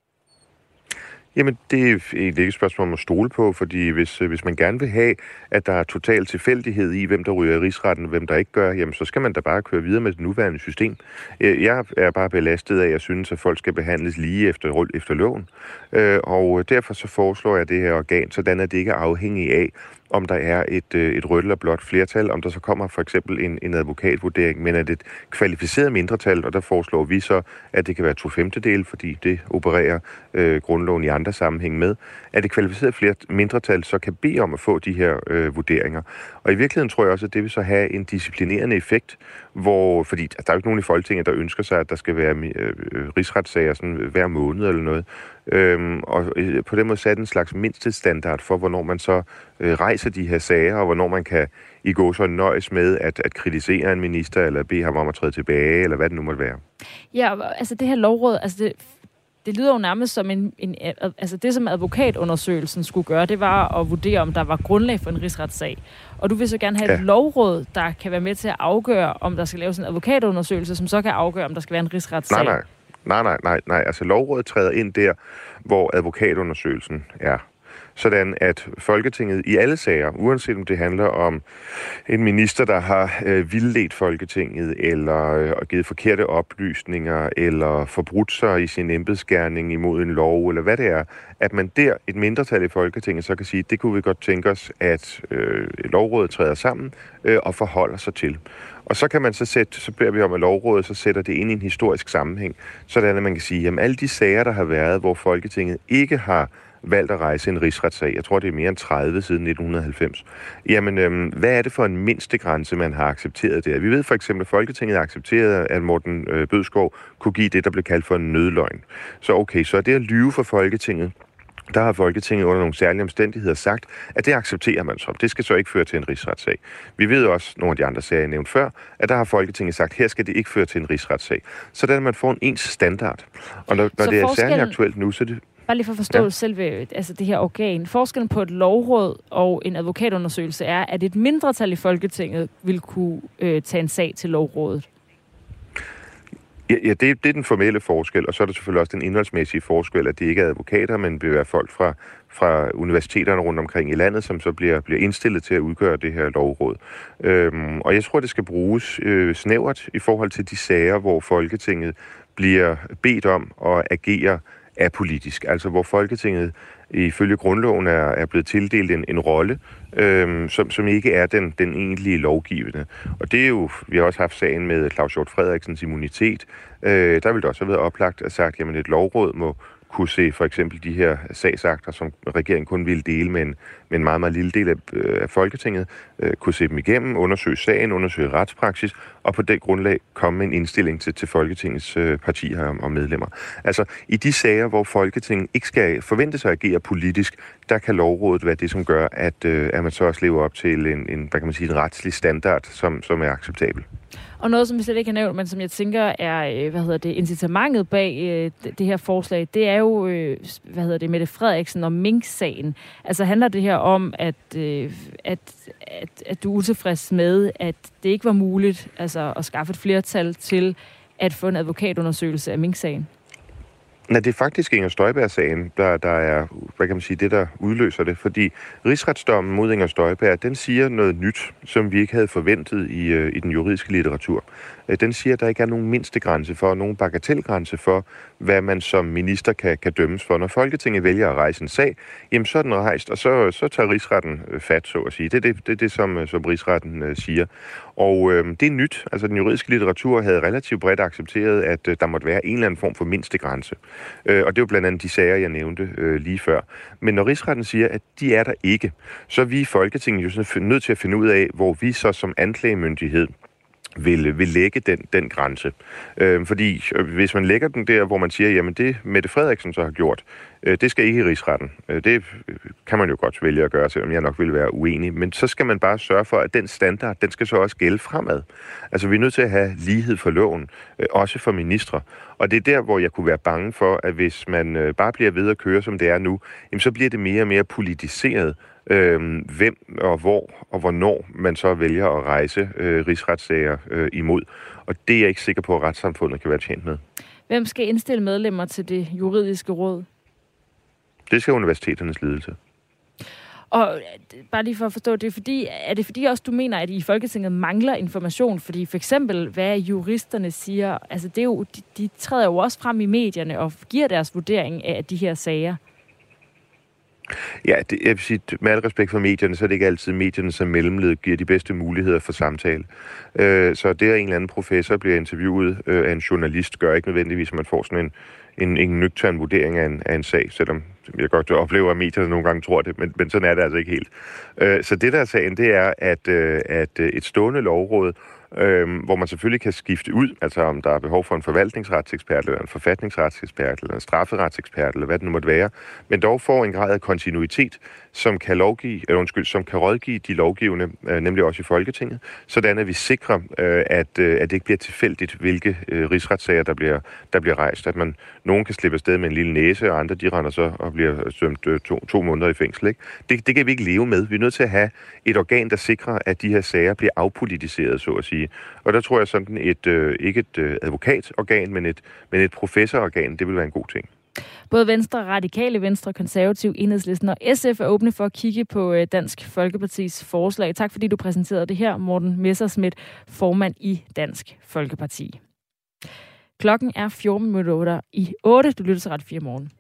Jamen, det er egentlig ikke et spørgsmål om at stole på, fordi hvis, hvis man gerne vil have, at der er total tilfældighed i, hvem der ryger i rigsretten og hvem der ikke gør, jamen så skal man da bare køre videre med det nuværende system. Jeg er bare belastet af, at jeg synes, at folk skal behandles lige efter, efter loven. Og derfor så foreslår jeg det her organ, sådan at det ikke er afhængigt af, om der er et, et rødt eller blåt flertal, om der så kommer for eksempel en, en advokatvurdering, men at et kvalificeret mindretal, og der foreslår vi så, at det kan være to femtedele, fordi det opererer øh, grundloven i andre sammenhæng med, at et kvalificeret flert, mindretal så kan bede om at få de her øh, vurderinger. Og i virkeligheden tror jeg også, at det vil så have en disciplinerende effekt, hvor, fordi der er jo ikke nogen i Folketinget, der ønsker sig, at der skal være øh, rigsretssager sådan hver måned eller noget. Øhm, og på den måde sat en slags mindstestandard for, hvornår man så øh, rejser de her sager, og hvornår man kan i gå så nøjes med at, at kritisere en minister, eller bede ham om at træde tilbage, eller hvad det nu måtte være. Ja, altså det her lovråd, altså det, det lyder jo nærmest som en, en... Altså det, som advokatundersøgelsen skulle gøre, det var at vurdere, om der var grundlag for en rigsretssag. Og du vil så gerne have ja. et lovråd, der kan være med til at afgøre, om der skal laves en advokatundersøgelse, som så kan afgøre, om der skal være en rigsretssag. Nej, nej. Nej, nej, nej, nej. Altså lovrådet træder ind der, hvor advokatundersøgelsen er. Sådan at Folketinget i alle sager, uanset om det handler om en minister, der har øh, vildledt Folketinget, eller øh, givet forkerte oplysninger, eller forbrudt sig i sin embedsgerning imod en lov, eller hvad det er, at man der, et mindretal i Folketinget, så kan sige, det kunne vi godt tænke os, at øh, lovrådet træder sammen øh, og forholder sig til. Og så kan man så sætte, så beder vi om, at lovrådet så sætter det ind i en historisk sammenhæng, sådan at man kan sige, jamen alle de sager, der har været, hvor Folketinget ikke har valgt at rejse en rigsretssag, jeg tror, det er mere end tredive siden nitten halvfems, jamen øhm, hvad er det for en mindstegrænse, man har accepteret der? Vi ved for eksempel, at Folketinget har accepteret, at Morten øh, Bødskov kunne give det, der blev kaldt for en nødløgn. Så okay, så er det at lyve for Folketinget, der har Folketinget under nogle særlige omstændigheder sagt, at det accepterer man så. Det skal så ikke føre til en rigsretssag. Vi ved også, nogle af de andre sager, jeg nævnte før, at der har Folketinget sagt, her skal det ikke føre til en rigsretssag. Så der man får en ens standard. Og når, når det er forskel... særligt aktuelt nu, så er det... Bare lige for at forstå ja. selve altså det her organ. Forskellen på et lovråd og en advokatundersøgelse er, at et mindretal i Folketinget vil kunne øh, tage en sag til lovrådet. Ja, ja det, det er den formelle forskel, og så er der selvfølgelig også den indholdsmæssige forskel, at det ikke er advokater, men vil være folk fra, fra universiteterne rundt omkring i landet, som så bliver, bliver indstillet til at udgøre det her lovråd. Øhm, og jeg tror, det skal bruges øh, snævert i forhold til de sager, hvor Folketinget bliver bedt om at agere apolitisk, altså hvor Folketinget ifølge grundloven er, er blevet tildelt en, en rolle, øhm, som, som ikke er den, den egentlige lovgivende. Og det er jo, vi har også haft sagen med Claus Hjort Frederiksens immunitet. Øh, der vil det også have været oplagt at sagt, jamen et lovråd må kunne se for eksempel de her sagsakter, som regeringen kun ville dele med en, med en meget, meget lille del af, øh, af Folketinget, øh, kunne se dem igennem, undersøge sagen, undersøge retspraksis, og på det grundlag komme med en indstilling til, til Folketingets øh, partier og, og medlemmer. Altså, i de sager, hvor Folketinget ikke skal forvente sig at agere politisk, der kan lovrådet være det, som gør, at, øh, at man så også lever op til en, en, hvad kan man sige, en retslig standard, som, som er acceptabel. Og noget, som vi slet ikke har nævnt, men som jeg tænker er, hvad hedder det, incitamentet bag øh, det her forslag, det er jo, øh, hvad hedder det, Mette Frederiksen og Mink-sagen. Altså handler det her om, at, øh, at, at, at du er utilfreds med, at det ikke var muligt altså, at skaffe et flertal til at få en advokatundersøgelse af Mink-sagen? Nej, det er faktisk Inger Støjberg-sagen, der, der er, hvad kan man sige, det, der udløser det. Fordi rigsretsdommen mod Inger Støjberg, den siger noget nyt, som vi ikke havde forventet i, øh, i den juridiske litteratur. Den siger, at der ikke er nogen mindstegrænse for, nogen bagatelgrænse for, hvad man som minister kan, kan dømmes for. Når Folketinget vælger at rejse en sag, jamen så er den rejst, og så, så tager rigsretten fat, så at sige. Det er det, det, det som, som rigsretten øh, siger. Og øh, det er nyt. Altså den juridiske litteratur havde relativt bredt accepteret, at øh, der måtte være en eller anden form for mindstegrænse. Øh, og det er jo blandt andet de sager, jeg nævnte øh, lige før. Men når rigsretten siger, at de er der ikke, så er vi i Folketinget jo sådan nødt til at finde ud af, hvor vi så som anklagemyndighed vil, vil lægge den, den grænse. Øh, fordi hvis man lægger den der, hvor man siger, jamen det Mette Frederiksen så har gjort, øh, det skal ikke i rigsretten. Øh, det kan man jo godt vælge at gøre, selvom jeg nok vil være uenig. Men så skal man bare sørge for, at den standard, den skal så også gælde fremad. Altså vi er nødt til at have lighed for loven, øh, også for ministre. Og det er der, hvor jeg kunne være bange for, at hvis man øh, bare bliver ved at køre, som det er nu, jamen så bliver det mere og mere politiseret, Øh, hvem og hvor og hvornår man så vælger at rejse øh, rigsretssager øh, imod. Og det er jeg ikke sikker på, at retssamfundet kan være tjent med. Hvem skal indstille medlemmer til det juridiske råd? Det skal universiteternes ledelse. Og bare lige for at forstå, det er, fordi, er det fordi også, du mener, at I i Folketinget mangler information? Fordi for eksempel, hvad juristerne siger, altså det er jo, de, de træder jo også frem i medierne og giver deres vurdering af de her sager. Ja, det, jeg vil sige, med al respekt for medierne, så er det ikke altid medierne som mellemled giver de bedste muligheder for samtale. Øh, så det, at en eller anden professor bliver interviewet øh, af en journalist, gør ikke nødvendigvis, at man får sådan en, en, en nøgtern vurdering af en, af en sag, selvom jeg godt oplever, at medierne nogle gange tror det, men, men sådan er det altså ikke helt. Øh, så det, der er sagen, det er, at, øh, at et stående lovråd, Øhm, hvor man selvfølgelig kan skifte ud, altså om der er behov for en forvaltningsretsekspert, eller en forfatningsretsekspert, eller en strafferetsekspert, eller hvad det nu måtte være, men dog får en grad af kontinuitet, som kan lovgive, eller undskyld, som kan rådgive de lovgivende, øh, nemlig også i Folketinget, sådan at vi sikrer, øh, at, øh, at det ikke bliver tilfældigt, hvilke øh, rigsretssager, der bliver, der bliver rejst. At man, nogen kan slippe afsted med en lille næse, og andre de render så og bliver dømt øh, to, to måneder i fængsel. Ikke? Det, det kan vi ikke leve med. Vi er nødt til at have et organ, der sikrer, at de her sager bliver afpolitiseret, så at sige. Og der tror jeg sådan et, øh, ikke et øh, advokatorgan, men et, men et professororgan, det vil være en god ting. Både Venstre, Radikale Venstre, Konservativ, Enhedslisten og S F er åbne for at kigge på øh, Dansk Folkepartis forslag. Tak fordi du præsenterede det her, Morten Messerschmidt, formand i Dansk Folkeparti. Klokken er fjorten minutter i otte. Du lytter til Radio fire Morgen.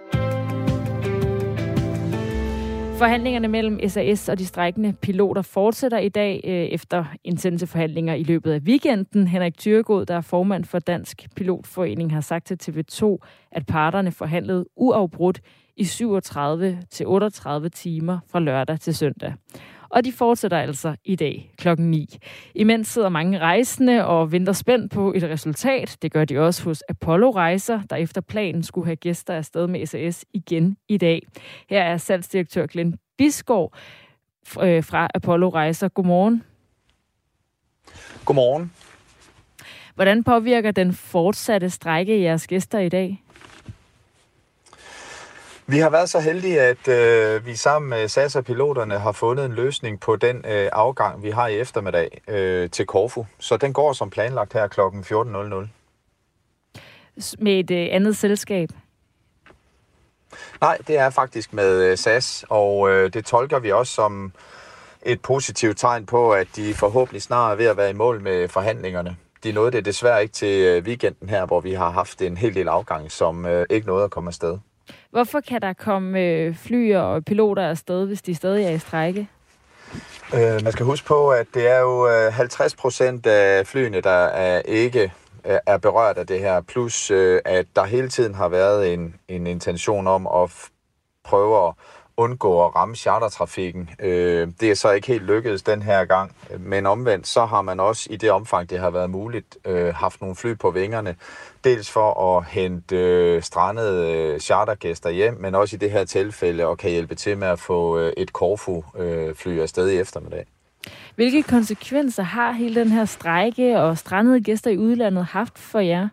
Forhandlingerne mellem S A S og de strejkende piloter fortsætter i dag øh, efter intense forhandlinger i løbet af weekenden. Henrik Thyregod, der er formand for Dansk Pilotforening, har sagt til T V to, at parterne forhandlede uafbrudt i syvogtredive til otteogtredive timer fra lørdag til søndag. Og de fortsætter altså i dag klokken ni. Imens sidder mange rejsende og venter spændt på et resultat. Det gør de også hos Apollo Rejser, der efter planen skulle have gæster afsted med S A S igen i dag. Her er salgsdirektør Glenn Bisgaard fra Apollo Rejser. Godmorgen. Godmorgen. Hvordan påvirker den fortsatte strejke jeres gæster i dag? Vi har været så heldige, at øh, vi sammen med S A S og piloterne har fundet en løsning på den øh, afgang, vi har i eftermiddag øh, til Korfu. Så den går som planlagt her klokken fjorten nul nul. Med et øh, andet selskab? Nej, det er faktisk med øh, S A S, og øh, det tolker vi også som et positivt tegn på, at de forhåbentlig snart er ved at være i mål med forhandlingerne. De nåede det desværre ikke til weekenden her, hvor vi har haft en hel del afgang, som øh, ikke nåede at komme afsted. Hvorfor kan der komme øh, fly og piloter afsted, hvis de stadig er i strejke? Øh, man skal huske på, at det er jo øh, halvtreds procent af flyene, der er ikke øh, er berørt af det her. Plus, øh, at der hele tiden har været en, en intention om at f- prøve at undgå at ramme chartertrafikken. Øh, det er så ikke helt lykkedes den her gang, men omvendt så har man også i det omfang, det har været muligt, øh, haft nogle fly på vingerne. Dels for at hente øh, strandede øh, chartergæster hjem, men også i det her tilfælde og kan hjælpe til med at få øh, et Korfu-fly øh, afsted i eftermiddag. Hvilke konsekvenser har hele den her strejke og strandede gæster i udlandet haft for jer?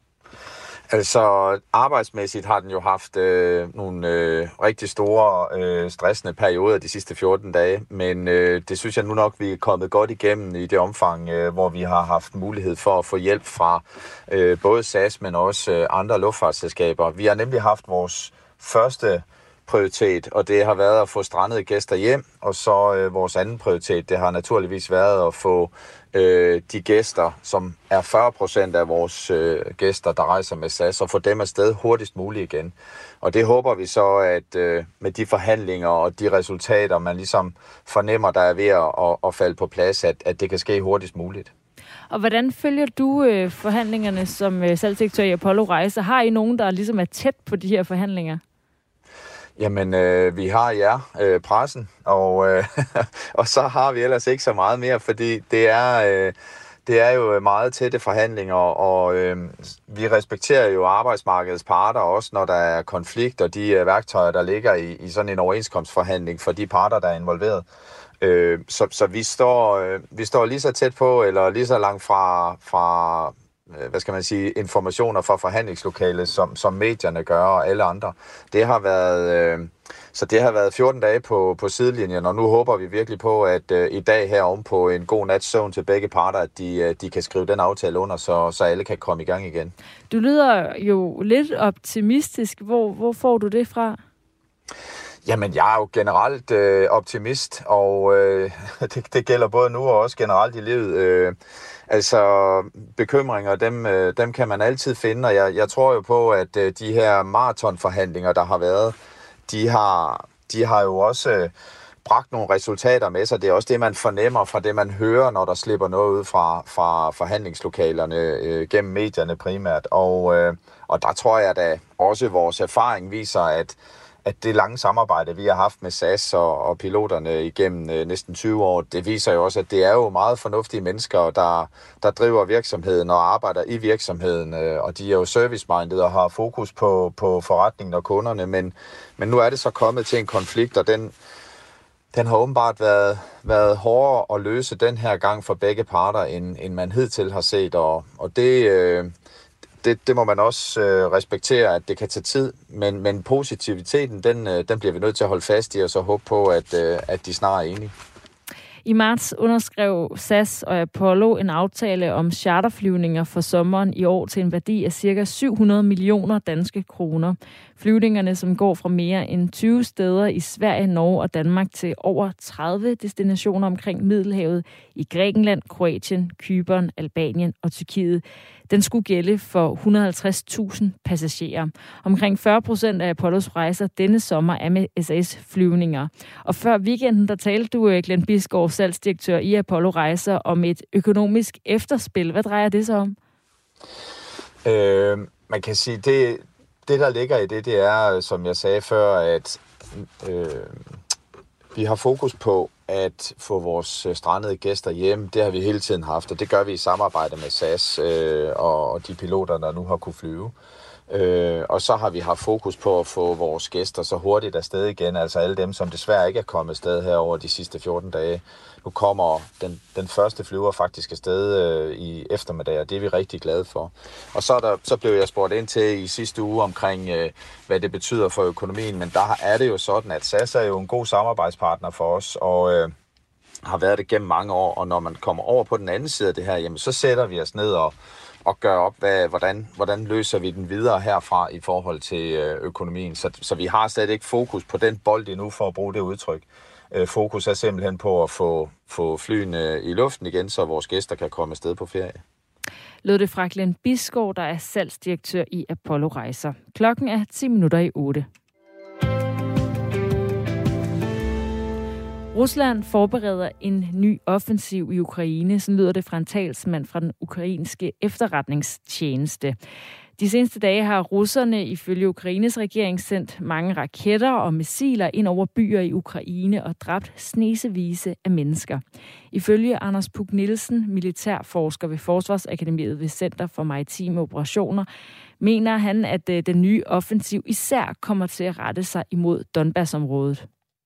Altså arbejdsmæssigt har den jo haft øh, nogle øh, rigtig store øh, stressende perioder de sidste fjorten dage, men øh, det synes jeg nu nok, vi er kommet godt igennem i det omfang, øh, hvor vi har haft mulighed for at få hjælp fra øh, både S A S, men også øh, andre luftfartsselskaber. Vi har nemlig haft vores første prioritet, og det har været at få strandede gæster hjem, og så øh, vores anden prioritet, det har naturligvis været at få øh, de gæster, som er fyrre procent af vores øh, gæster, der rejser med S A S, og få dem afsted hurtigst muligt igen. Og det håber vi så, at øh, med de forhandlinger og de resultater, man ligesom fornemmer, der er ved at, at, at falde på plads, at, at det kan ske hurtigst muligt. Og hvordan følger du øh, forhandlingerne som øh, salgsdirektør i Apollo Rejser? Har I nogen, der ligesom er tæt på de her forhandlinger? Jamen, øh, vi har jer, øh, pressen, og, øh, og så har vi ellers ikke så meget mere, fordi det er, øh, det er jo meget tætte forhandlinger, og øh, vi respekterer jo arbejdsmarkedets parter også, når der er konflikt, og de øh, værktøjer, der ligger i, i sådan en overenskomstforhandling for de parter, der er involveret. Øh, så så vi, står, øh, vi står lige så tæt på, eller lige så langt fra... fra hvad skal man sige, informationer fra forhandlingslokalet, som, som medierne gør og alle andre. Det har været, øh, så det har været fjorten dage på, på sidelinjen, og nu håber vi virkelig på, at øh, i dag her ovenpå en god nats søvn til begge parter, at de, øh, de kan skrive den aftale under, så, så alle kan komme i gang igen. Du lyder jo lidt optimistisk. Hvor, hvor får du det fra? Jamen, jeg er jo generelt øh, optimist, og øh, det, det gælder både nu og også generelt i livet. Øh, altså, bekymringer, dem, øh, dem kan man altid finde, og jeg, jeg tror jo på, at øh, de her maratonforhandlinger, der har været, de har, de har jo også øh, bragt nogle resultater med sig. Det er også det, man fornemmer fra det, man hører, når der slipper noget ud fra, fra forhandlingslokalerne øh, gennem medierne primært. Og, øh, og der tror jeg da også, vores erfaring viser, at at det lange samarbejde, vi har haft med S A S og, og piloterne igennem øh, næsten tyve år, det viser jo også, at det er jo meget fornuftige mennesker, der, der driver virksomheden og arbejder i virksomheden, øh, og de er jo service-minded og har fokus på, på forretningen og kunderne, men, men nu er det så kommet til en konflikt, og den, den har åbenbart været, været hårdere at løse den her gang for begge parter, end, end man hidtil har set, og, og det... Øh, Det, det må man også øh, respektere, at det kan tage tid, men, men positiviteten, den, øh, den bliver vi nødt til at holde fast i, og så håbe på, at, øh, at de snart er enige. I marts underskrev S A S og Apollo en aftale om charterflyvninger for sommeren i år til en værdi af ca. syv hundrede millioner danske kroner. Flyvningerne, som går fra mere end tyve steder i Sverige, Norge og Danmark til over tredive destinationer omkring Middelhavet i Grækenland, Kroatien, Cypern, Albanien og Tyrkiet. Den skulle gælde for et hundrede og halvtreds tusind passagerer. Omkring fyrre procent af Apollos rejser denne sommer er med S A S-flyvninger. Og før weekenden, der talte du, Glenn Bisgaard, salgsdirektør i Apollo Rejser, om et økonomisk efterspil. Hvad drejer det sig om? Øh, man kan sige, det, det der ligger i det, det er, som jeg sagde før, at øh, vi har fokus på at få vores strandede gæster hjem. Det har vi hele tiden haft, og det gør vi i samarbejde med S A S øh, og, og de piloter, der nu har kunne flyve. Øh, og så har vi haft fokus på at få vores gæster så hurtigt afsted igen, altså alle dem, som desværre ikke er kommet afsted her over de sidste fjorten dage. Nu kommer den, den første flyver faktisk afsted øh, i eftermiddag, og det er vi rigtig glade for. Og så, er der, så blev jeg spurgt ind til i sidste uge omkring, øh, hvad det betyder for økonomien, men der er det jo sådan, at S A S er jo en god samarbejdspartner for os, og øh, har været det gennem mange år, og når man kommer over på den anden side af det her, jamen, så sætter vi os ned og og gøre op, hvad, hvordan, hvordan løser vi den videre herfra i forhold til øh, økonomien. Så, så vi har stadig ikke fokus på den bold endnu, for at bruge det udtryk. Øh, fokus er simpelthen på at få, få flyene i luften igen, så vores gæster kan komme afsted på ferie. Lød det fra Glenn Bisgaard, der er salgsdirektør i Apollo Rejser. Klokken er ti minutter i otte. Rusland forbereder en ny offensiv i Ukraine, sådan lyder det fra en talsmand fra den ukrainske efterretningstjeneste. De seneste dage har russerne ifølge Ukraines regering sendt mange raketter og missiler ind over byer i Ukraine og dræbt snesevise af mennesker. Ifølge Anders Puk Nielsen, militærforsker ved Forsvarsakademiet ved Center for Maritime Operationer, mener han, at den nye offensiv især kommer til at rette sig imod Donbass-området.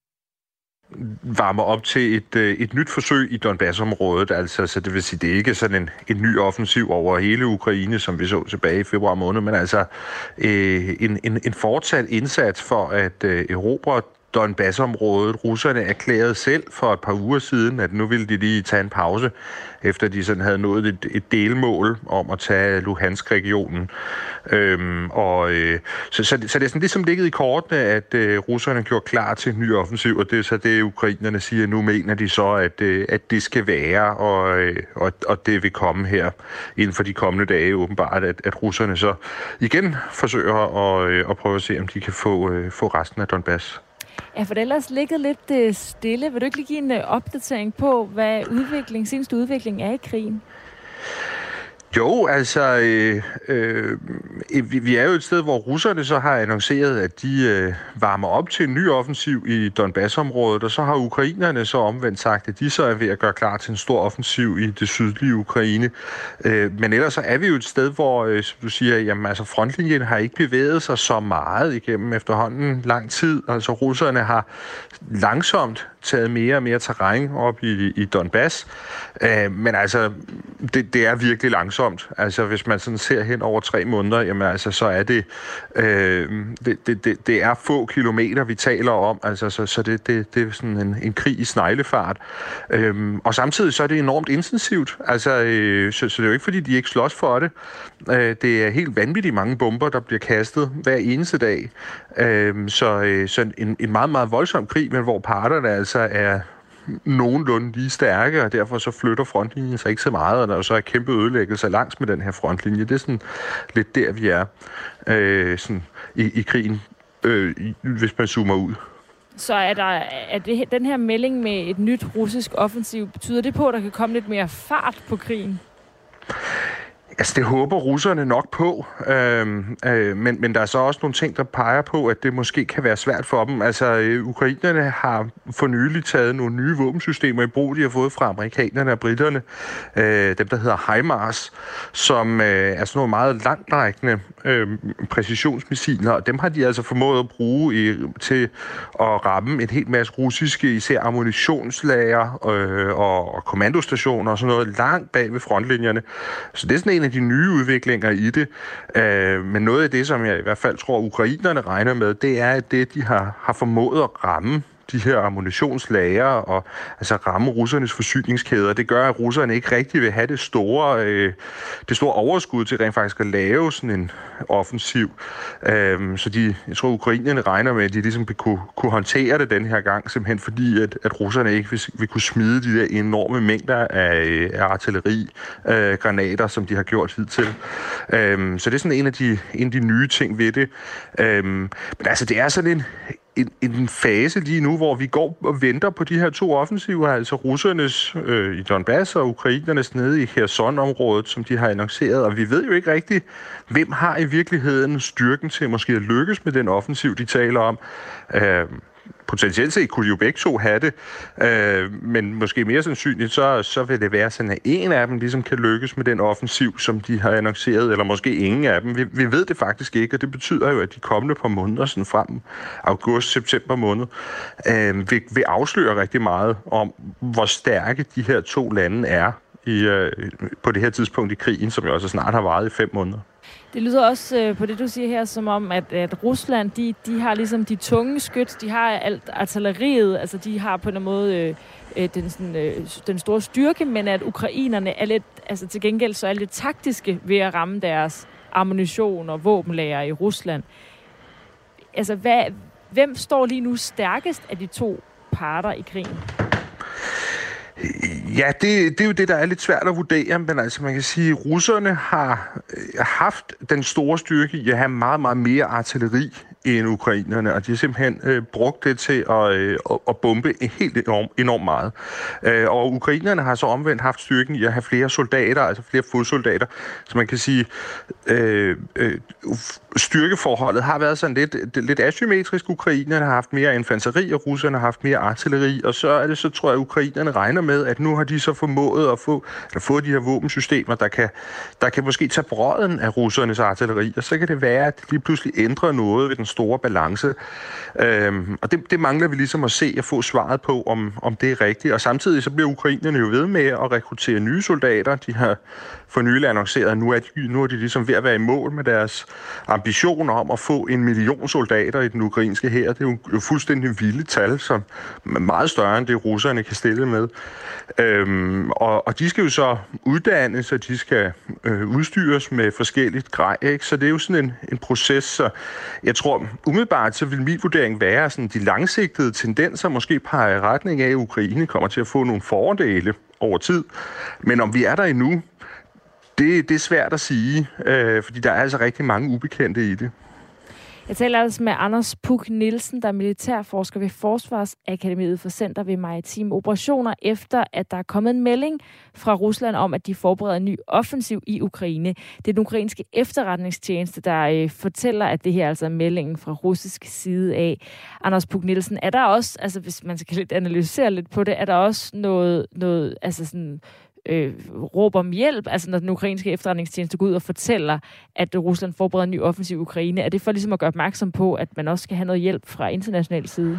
Varmer op til et, et nyt forsøg i Donbass-området, altså, så det vil sige, det er ikke sådan en, en ny offensiv over hele Ukraine, som vi så tilbage i februar måned, men altså øh, en, en, en fortsat indsats for at øh, erobre Donbass-området. Russerne erklærede selv for et par uger siden, at nu ville de lige tage en pause, efter de sådan havde nået et, et delmål om at tage Luhansk-regionen. Øhm, og, øh, så, så, så det er sådan ligesom ligget i kortene, at øh, russerne gjorde klar til en ny offensiv, og det er så det, ukrainerne siger. Nu mener de så, at, øh, at det skal være, og, øh, og, og det vil komme her inden for de kommende dage åbenbart, at, at russerne så igen forsøger at, øh, at prøve at se, om de kan få, øh, få resten af Donbass. Ja, for det ellers ligget lidt stille. Vil du ikke lige give en opdatering på, hvad udvikling, seneste udvikling er i krigen? Jo, altså, øh, øh, vi, vi er jo et sted, hvor russerne så har annonceret, at de øh, varmer op til en ny offensiv i Donbass-området, og så har ukrainerne så omvendt sagt, at de så er ved at gøre klar til en stor offensiv i det sydlige Ukraine. Øh, men ellers så er vi jo et sted, hvor, øh, som du siger, jamen, altså, frontlinjen har ikke bevæget sig så meget igennem efterhånden lang tid. Altså, russerne har langsomt taget mere og mere terræn op i, i Donbass, øh, men altså, det, det er virkelig langsomt. Altså, hvis man sådan ser hen over tre måneder, jamen altså, så er det, øh, det, det, det, det er få kilometer, vi taler om, altså, så, så det, det, det er sådan en, en krig i sneglefart. Øh, og samtidig så er det enormt intensivt, altså, øh, så, så det er jo ikke, fordi de ikke slås for det. Øh, det er helt vanvittigt mange bomber, der bliver kastet hver eneste dag. Øh, så øh, så en, en meget, meget voldsom krig, men hvor parterne altså er nogenlunde lige stærke, og derfor så flytter frontlinjen sig ikke så meget, og der er så er kæmpe ødelæggelser langs med den her frontlinje. Det er sådan lidt der, vi er øh, sådan i, i krigen, øh, hvis man zoomer ud. Så er, der, er det, den her melding med et nyt russisk offensiv, betyder det på, at der kan komme lidt mere fart på krigen? Altså, det håber russerne nok på, øh, øh, men, men der er så også nogle ting, der peger på, at det måske kan være svært for dem. Altså, øh, ukrainerne har for nylig taget nogle nye våbensystemer i brug, de har fået fra amerikanerne og britterne, øh, dem der hedder HIMARS, som øh, er sådan nogle meget langtrækkende øh, præcisionsmissiler, og dem har de altså formået at bruge i, til at ramme en hel masse russiske, især ammunitionslager øh, og, og kommandostationer og sådan noget langt bag ved frontlinjerne. Så det er sådan en af de nye udviklinger i det. Øh, men noget af det, som jeg i hvert fald tror, ukrainerne regner med, det er, at det, de har, har formået at ramme de her ammunitionslager og altså ramme russernes forsyningskæder, det gør, at russerne ikke rigtig vil have det store, øh, det store overskud til rent faktisk at lave sådan en offensiv. Øh, så de, jeg tror, ukrainerne regner med, at de ligesom vil kunne, kunne håndtere det den her gang, simpelthen fordi, at, at russerne ikke vil, vil kunne smide de der enorme mængder af, af artilleri, øh, granater, som de har gjort hidtil. Øh, så det er sådan en af de, en af de nye ting ved det. Øh, men altså, det er sådan en En, en fase lige nu, hvor vi går og venter på de her to offensiver, altså russernes øh, i Donbass og ukrainernes nede i Kherson-området, som de har annonceret, og vi ved jo ikke rigtigt, hvem har i virkeligheden styrken til måske at lykkes med den offensiv, de taler om. Øh, potentielt set kunne de jo begge to have det, øh, men måske mere sandsynligt, så, så vil det være sådan, at en af dem ligesom kan lykkes med den offensiv, som de har annonceret, eller måske ingen af dem. Vi, vi ved det faktisk ikke, og det betyder jo, at de kommende par måneder, sådan frem august-september måned, øh, vil, vil afsløre rigtig meget om, hvor stærke de her to lande er i, øh, på det her tidspunkt i krigen, som jo også snart har varet i fem måneder. Det lyder også øh, på det, du siger her, som om, at, at Rusland, de, de har ligesom de tunge skyts, de har alt artilleriet, altså de har på en måde øh, den, sådan, øh, den store styrke, men at ukrainerne er lidt, altså til gengæld så er lidt taktiske ved at ramme deres ammunition og våbenlager i Rusland. Altså, hvad, hvem står lige nu stærkest af de to parter i krigen? Ja, det, det er jo det, der er lidt svært at vurdere, men altså man kan sige, at russerne har haft den store styrke i at have meget, meget mere artilleri end ukrainerne, og de har simpelthen øh, brugt det til at, øh, at bombe helt enormt, enormt meget. Øh, og ukrainerne har så omvendt haft styrken i at have flere soldater, altså flere fodsoldater, så man kan sige, øh, øh, styrkeforholdet har været sådan lidt, lidt asymmetrisk. Ukrainerne har haft mere infanteri, og russerne har haft mere artilleri, og så er det så, tror jeg, at ukrainerne regner med, at nu har de så formået at få, at få de her våbensystemer, der kan, der kan måske tage brodden af russernes artilleri, og så kan det være, at det lige pludselig ændrer noget ved den store balance. Øhm, og det, det mangler vi ligesom at se og få svaret på, om, om det er rigtigt. Og samtidig så bliver ukrainerne jo ved med at rekruttere nye soldater. De har for nylig annonceret, at nu er, de, nu er de ligesom ved at være i mål med deres ambitioner om at få en million soldater i den ukrainske hær. Det er jo, jo fuldstændig vilde tal, som er meget større end det russerne kan stille med. Øhm, og, og de skal jo så uddannes, og de skal øh, udstyres med forskelligt grej, ikke? Så det er jo sådan en, en proces. Så jeg tror, umiddelbart så vil min vurdering være, sådan de langsigtede tendenser måske peger i retning af, at Ukraine kommer til at få nogle fordele over tid. Men om vi er der endnu, det, det er svært at sige, øh, fordi der er altså rigtig mange ubekendte i det. Jeg taler altså med Anders Puk Nielsen, der er militærforsker ved Forsvarsakademiet for Center ved Maritime Operationer, efter at der er kommet en melding fra Rusland om, at de forbereder en ny offensiv i Ukraine. Det er den ukrainske efterretningstjeneste, der øh, fortæller, at det her altså er meldingen fra russisk side af. Anders Puk Nielsen, er der også, altså hvis man skal lidt analysere lidt på det, er der også noget, noget altså sådan Øh, råb om hjælp, altså når den ukrainske efterretningstjeneste går ud og fortæller, at Rusland forbereder en ny offensiv i Ukraine? Er det for ligesom at gøre opmærksom på, at man også skal have noget hjælp fra international side?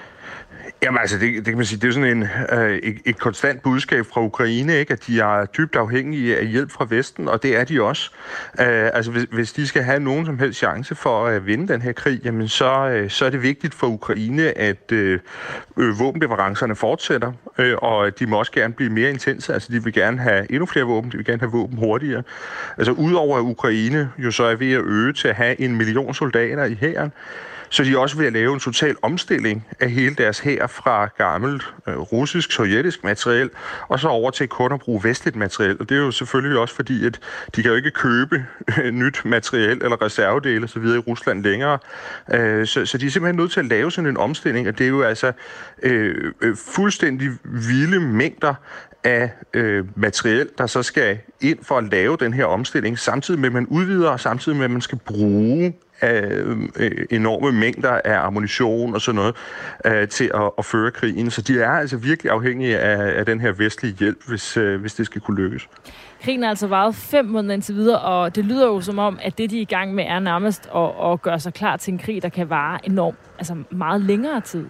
Jamen altså, det, det kan man sige, det er sådan en, øh, et, et konstant budskab fra Ukraine, ikke? At de er dybt afhængige af hjælp fra Vesten, og det er de også. Øh, altså, hvis, hvis de skal have nogen som helst chance for at vinde den her krig, jamen så, øh, så er det vigtigt for Ukraine, at øh, øh, våbenleverancerne fortsætter, øh, og de må også gerne blive mere intense. Altså, de vil gerne have endnu flere våben, de vil gerne have våben hurtigere. Altså, udover at Ukraine jo så er ved at øge til at have en million soldater i hæren, så de er også ved at lave en total omstilling af hele deres hær fra gammelt øh, russisk, sovjetisk materiel, og så over til kun at bruge vestligt materiel. Og det er jo selvfølgelig også fordi, at de kan jo ikke købe øh, nyt materiel eller reservedele osv. i Rusland længere. Øh, så, så de er simpelthen nødt til at lave sådan en omstilling, og det er jo altså øh, øh, fuldstændig vilde mængder af øh, materiel, der så skal ind for at lave den her omstilling, samtidig med, at man udvider, og samtidig med, at man skal bruge af øh, enorme mængder af ammunition og sådan noget øh, til at, at føre krigen. Så de er altså virkelig afhængige af, af den her vestlige hjælp, hvis, øh, hvis det skal kunne lykkes. Krigen har altså varet fem måneder indtil videre, og det lyder jo som om, at det, de er i gang med, er nærmest at, at gøre sig klar til en krig, der kan vare enormt, altså meget længere tid.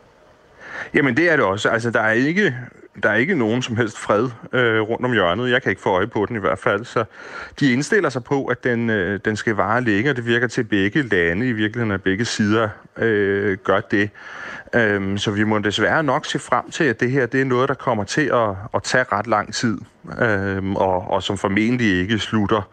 Jamen det er det også. Altså der er ikke, der er ikke nogen som helst fred øh, rundt om hjørnet. Jeg kan ikke få øje på den i hvert fald. Så de indstiller sig på, at den, øh, den skal vare længere. Det virker til begge lande, i virkeligheden at begge sider øh, gør det. Øhm, så vi må desværre nok se frem til, at det her det er noget, der kommer til at, at tage ret lang tid. Øhm, og, og som formentlig ikke slutter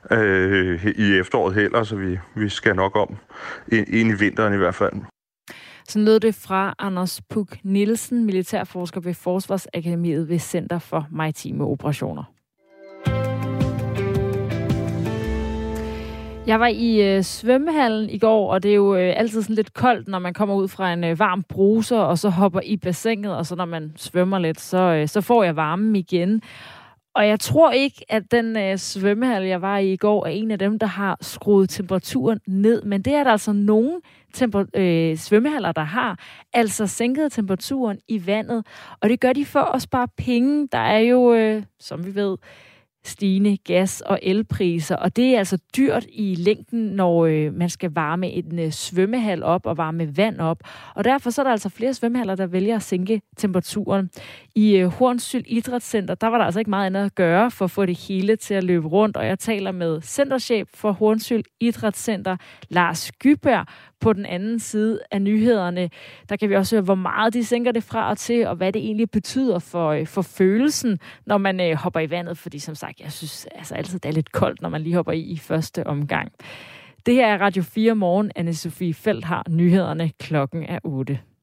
øh, i efteråret heller. Så vi, vi skal nok om ind, ind i vinteren i hvert fald. Sådan lød det fra Anders Puk Nielsen, militærforsker ved Forsvarsakademiet ved Center for Maritime Operationer. Jeg var i øh, svømmehallen i går, og det er jo øh, altid sådan lidt koldt, når man kommer ud fra en øh, varm bruser, og så hopper i bassinet, og så når man svømmer lidt, så, øh, så får jeg varmen igen. Og jeg tror ikke, at den øh, svømmehal, jeg var i i går, er en af dem, der har skruet temperaturen ned. Men det er der altså nogle temper- øh, svømmehaller, der har. Altså sænket temperaturen i vandet. Og det gør de for at spare penge. Der er jo, øh, som vi ved, stigende gas- og elpriser, og det er altså dyrt i længden, når øh, man skal varme en øh, svømmehal op og varme vand op. Og derfor så er der altså flere svømmehaller, der vælger at sænke temperaturen. I øh, Hornsyld Idrætscenter, der var der altså ikke meget andet at gøre for at få det hele til at løbe rundt, og jeg taler med centerchef for Hornsyld Idrætscenter, Lars Gyberg, på den anden side af nyhederne. Der kan vi også høre, hvor meget de sænker det fra og til, og hvad det egentlig betyder for, for følelsen, når man øh, hopper i vandet. Fordi som sagt, jeg synes altså altid, det er lidt koldt, når man lige hopper i i første omgang. Det her er Radio fire Morgen. Anne-Sophie Felt har nyhederne. Klokken er otte.